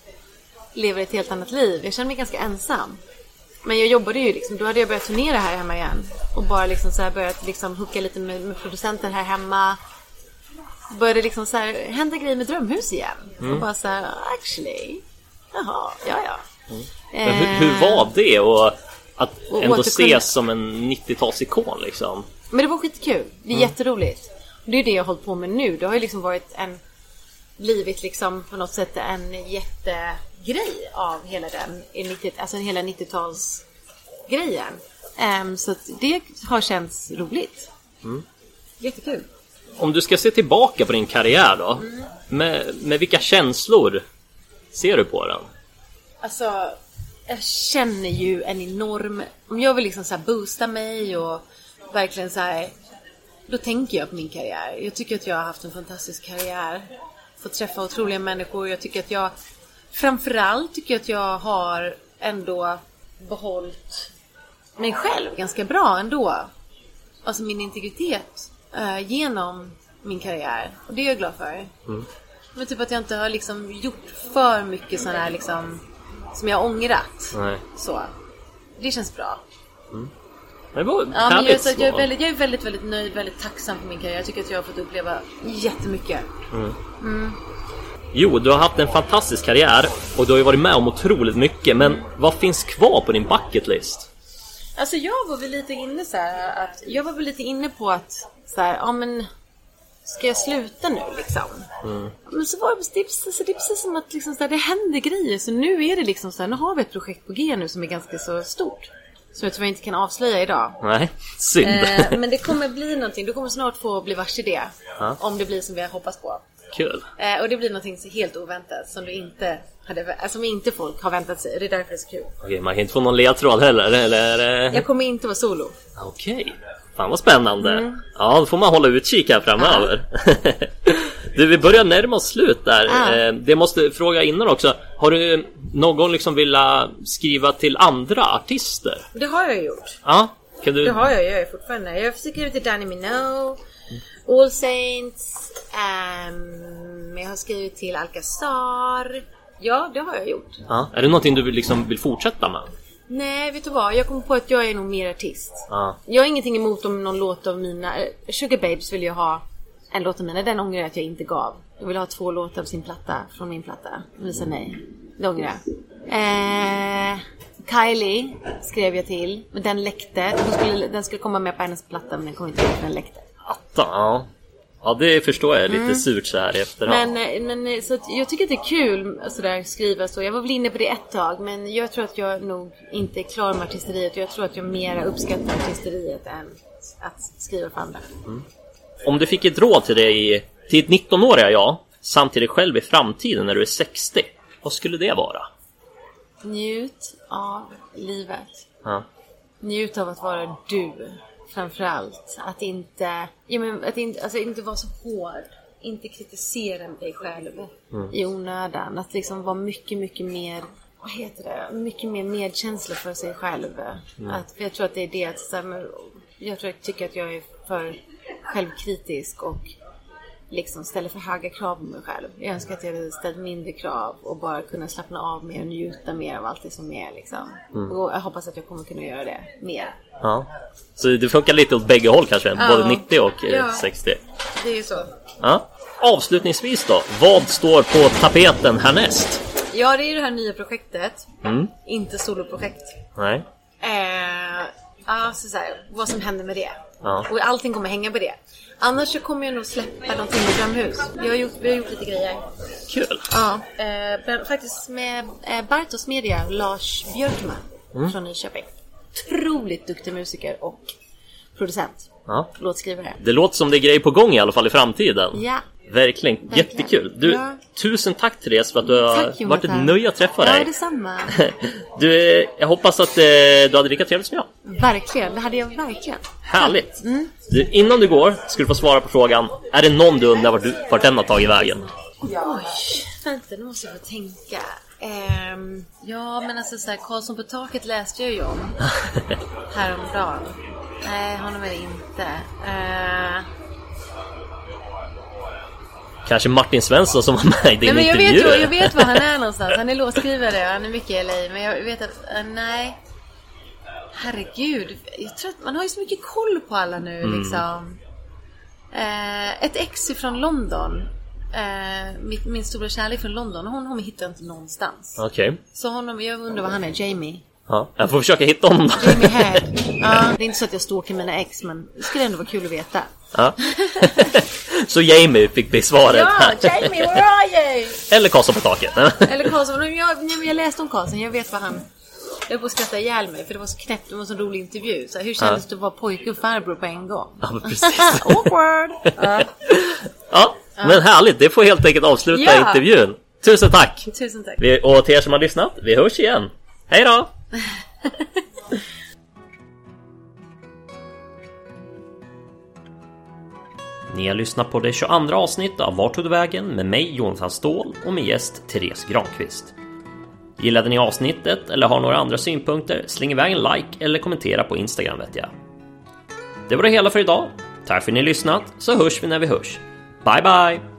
lever ett helt annat liv. Jag kände mig ganska ensam. Men jag jobbade ju liksom, då hade jag börjat turnera här hemma igen. Och bara liksom så här börjat liksom hooka lite med, med producenter här hemma. Började liksom så här, hända grejer med Drömhus igen. Mm. Och bara så här, actually, jaha, ja ja. Mm. Men hur, hur var det och att och ändå ses som en nittiotalsikon liksom? Men det var skitkul, det är mm. jätteroligt. Och det är det jag har hållit på med nu. Det har ju liksom varit en, blivit liksom på något sätt en jättegrej av hela den, alltså hela nittiotalsgrejen. Um, så att det har känts roligt. Mm. Jättekul. Om du ska se tillbaka på din karriär då, mm. med, med vilka känslor ser du på den? Alltså, jag känner ju en enorm... Om jag vill liksom så här boosta mig och verkligen så här... Då tänker jag på min karriär. Jag tycker att jag har haft en fantastisk karriär. Fått träffa otroliga människor. Jag tycker att jag... Framförallt tycker jag att jag har ändå behållit mig själv ganska bra ändå. Alltså min integritet uh, genom min karriär. Och det är jag glad för. Mm. Men typ att jag inte har liksom gjort för mycket sådana här liksom... Som jag har ångrat. Nej. Så. Det känns bra. Mm. Det var ja, men jag, så jag, är väldigt, jag är väldigt, väldigt nöjd, väldigt tacksam för min karriär. Jag tycker att jag har fått uppleva jättemycket. Mm. Mm. Jo, du har haft en fantastisk karriär och du har ju varit med om otroligt mycket. Men vad finns kvar på din bucket list? Alltså jag var väl lite inne så här att jag var väl lite inne på att så här, ja men ska jag sluta nu liksom? Mm. Men så var det, det, är, det är precis som att liksom, så här, det händer grejer. Så nu är det liksom så här, nu har vi ett projekt på G nu som är ganska så stort. Som jag tyvärr inte kan avslöja idag. Nej, synd. Eh, men det kommer bli någonting. Du kommer snart få bli varse det. Ja. Om det blir som vi har hoppats på. Kul. Eh, och det blir någonting så helt oväntat. Som du inte hade, alltså, som inte folk har väntat sig. Det är därför det är så kul. Okej, man kan inte få någon ledtråd heller. Eller? Jag kommer inte vara solo. Okej. Fan vad spännande. Mm. Ja, då får man hålla utkik här framöver. Ja. Du, vi börjar närma oss slut där. Ja. Det måste fråga innan också. Har du någon liksom vilja skriva till andra artister? Det har jag gjort. Ja, kan du... Det har jag, jag är fortfarande. Jag skriver till Danny Minogue, mm. All Saints. Um, jag har skrivit till Alcazar. Ja, det har jag gjort. Ja. Är det någonting du vill, liksom, vill fortsätta med? Nej, vet du vad? Jag kom på att jag är nog mer artist. Ah. Jag har ingenting emot om någon låt av mina... Sugar Babes vill jag ha en låt av mina. Den ångrar jag att jag inte gav. Jag vill ha två låtar av sin platta, från min platta. Jag vill säga nej. Långra. Eh, Kylie skrev jag till, men den läckte. Den skulle, den skulle komma med på hennes platta, men den kom inte med, den läckte. Ja. Ja, det förstår jag. Lite mm. surt så här i efterhand. Men, men så att jag tycker att det är kul sådär skriva så. Jag var väl inne på det ett tag, men jag tror att jag nog inte är klar med artisteriet. Och jag tror att jag mera uppskattar artisteriet än att skriva för andra. Mm. Om du fick ett råd till dig, till ett nitton-åriga jag, samtidigt själv i framtiden när du är sextio, vad skulle det vara? Njut av livet. Ja. Njut av att vara du. Framförallt att inte, ja, men att inte, alltså inte vara så hård, inte kritisera dig själv mm. i onödan, att liksom vara mycket mycket mer, vad heter det, mycket mer medkänsla för sig själv. Mm. Att, för jag tror att det är det att, så här, jag tror jag tycker att jag är för självkritisk och liksom ställer för höga krav på mig själv. Jag önskar att jag hade ställt mindre krav och bara kunna slappna av mer och njuta mer av allt det som är liksom. Mm. Och jag hoppas att jag kommer kunna göra det mer. Ja. Så det funkar lite åt bägge håll kanske, ja. Både nittio och ja. sextio. Det är ju så. Ja. Avslutningsvis då, vad står på tapeten härnäst? Ja, det är ju det här nya projektet. Mm. Inte soloprojekt. Nej. Eh, alltså så här, vad som händer med det. Ja. Och allting kommer hänga på det. Annars så kommer jag nog släppa någonting med Framhus. Vi har gjort, vi har gjort lite grejer. Kul. Ja, eh, faktiskt med eh, Bartos Media, Lars Björkman mm. från Nyköping. Otroligt duktig musiker och producent. Ja. Låtskrivare. Det låter som det är grejer på gång i alla fall i framtiden. Ja. Verkligen, Verkligen. Jättekul. Du, ja. Tusen tack Therese för att du tack, har varit ett nöje att träffa dig. Ja, detsamma. Du, jag hoppas att eh, du hade lika trevligt som jag. Verkligen, det hade jag verkligen. Härligt. Mm. Du, innan du går ska du få svara på frågan. Är det någon du undrar vart, du, vart den har tagit vägen? Oj, vänta, nu måste jag få tänka. Um, ja, men alltså så här, Karlsson på taket läste jag ju om häromdagen. Nej, honom är det inte. Uh... Kanske Martin Svensson som var med i din nej, men jag intervju. vet, jag vet var han är någonstans. Han är låtskrivare, han är mycket i L A. Men jag vet att, uh, nej. Herregud, jag tror att man har ju så mycket koll på alla nu mm. liksom. Uh, ett ex från London. Uh, min, min stora kärlek från London. Hon har mig hittat inte någonstans. Okej. Okay. Så honom, jag undrar vad han är, Jamie. Ja, jag får försöka hitta honom. Jamie Head. Ja, det är inte så att jag stalkar mina ex, men det skulle ändå vara kul att veta. Ja. Så Jamie fick bli svaret. Ja, Jamie, where are you? Eller Karlsson på taket. Eller Karlsson, jag, jag läste om Karlsson, jag vet vad han... Jag får skratta ihjäl mig, för det var så knäppt, det var en så rolig intervju. Så hur kändes ja. det att vara pojke och farbror på en gång? Ja, precis. Awkward. Ja. Ja, men härligt. Det får helt enkelt avsluta ja. intervjun. Tusen tack. Tusen tack. Vi, och till er som har lyssnat, vi hörs igen. Hej då! Ni har lyssnat på det tjugoandra avsnittet av Vart tog du vägen med mig, Jonathan Ståhl, och med gäst Therese Granqvist. Gillade ni avsnittet eller har några andra synpunkter, släng iväg en like eller kommentera på Instagram vet jag. Det var det hela för idag. Tack för att ni har lyssnat, så hörs vi när vi hörs. Bye bye!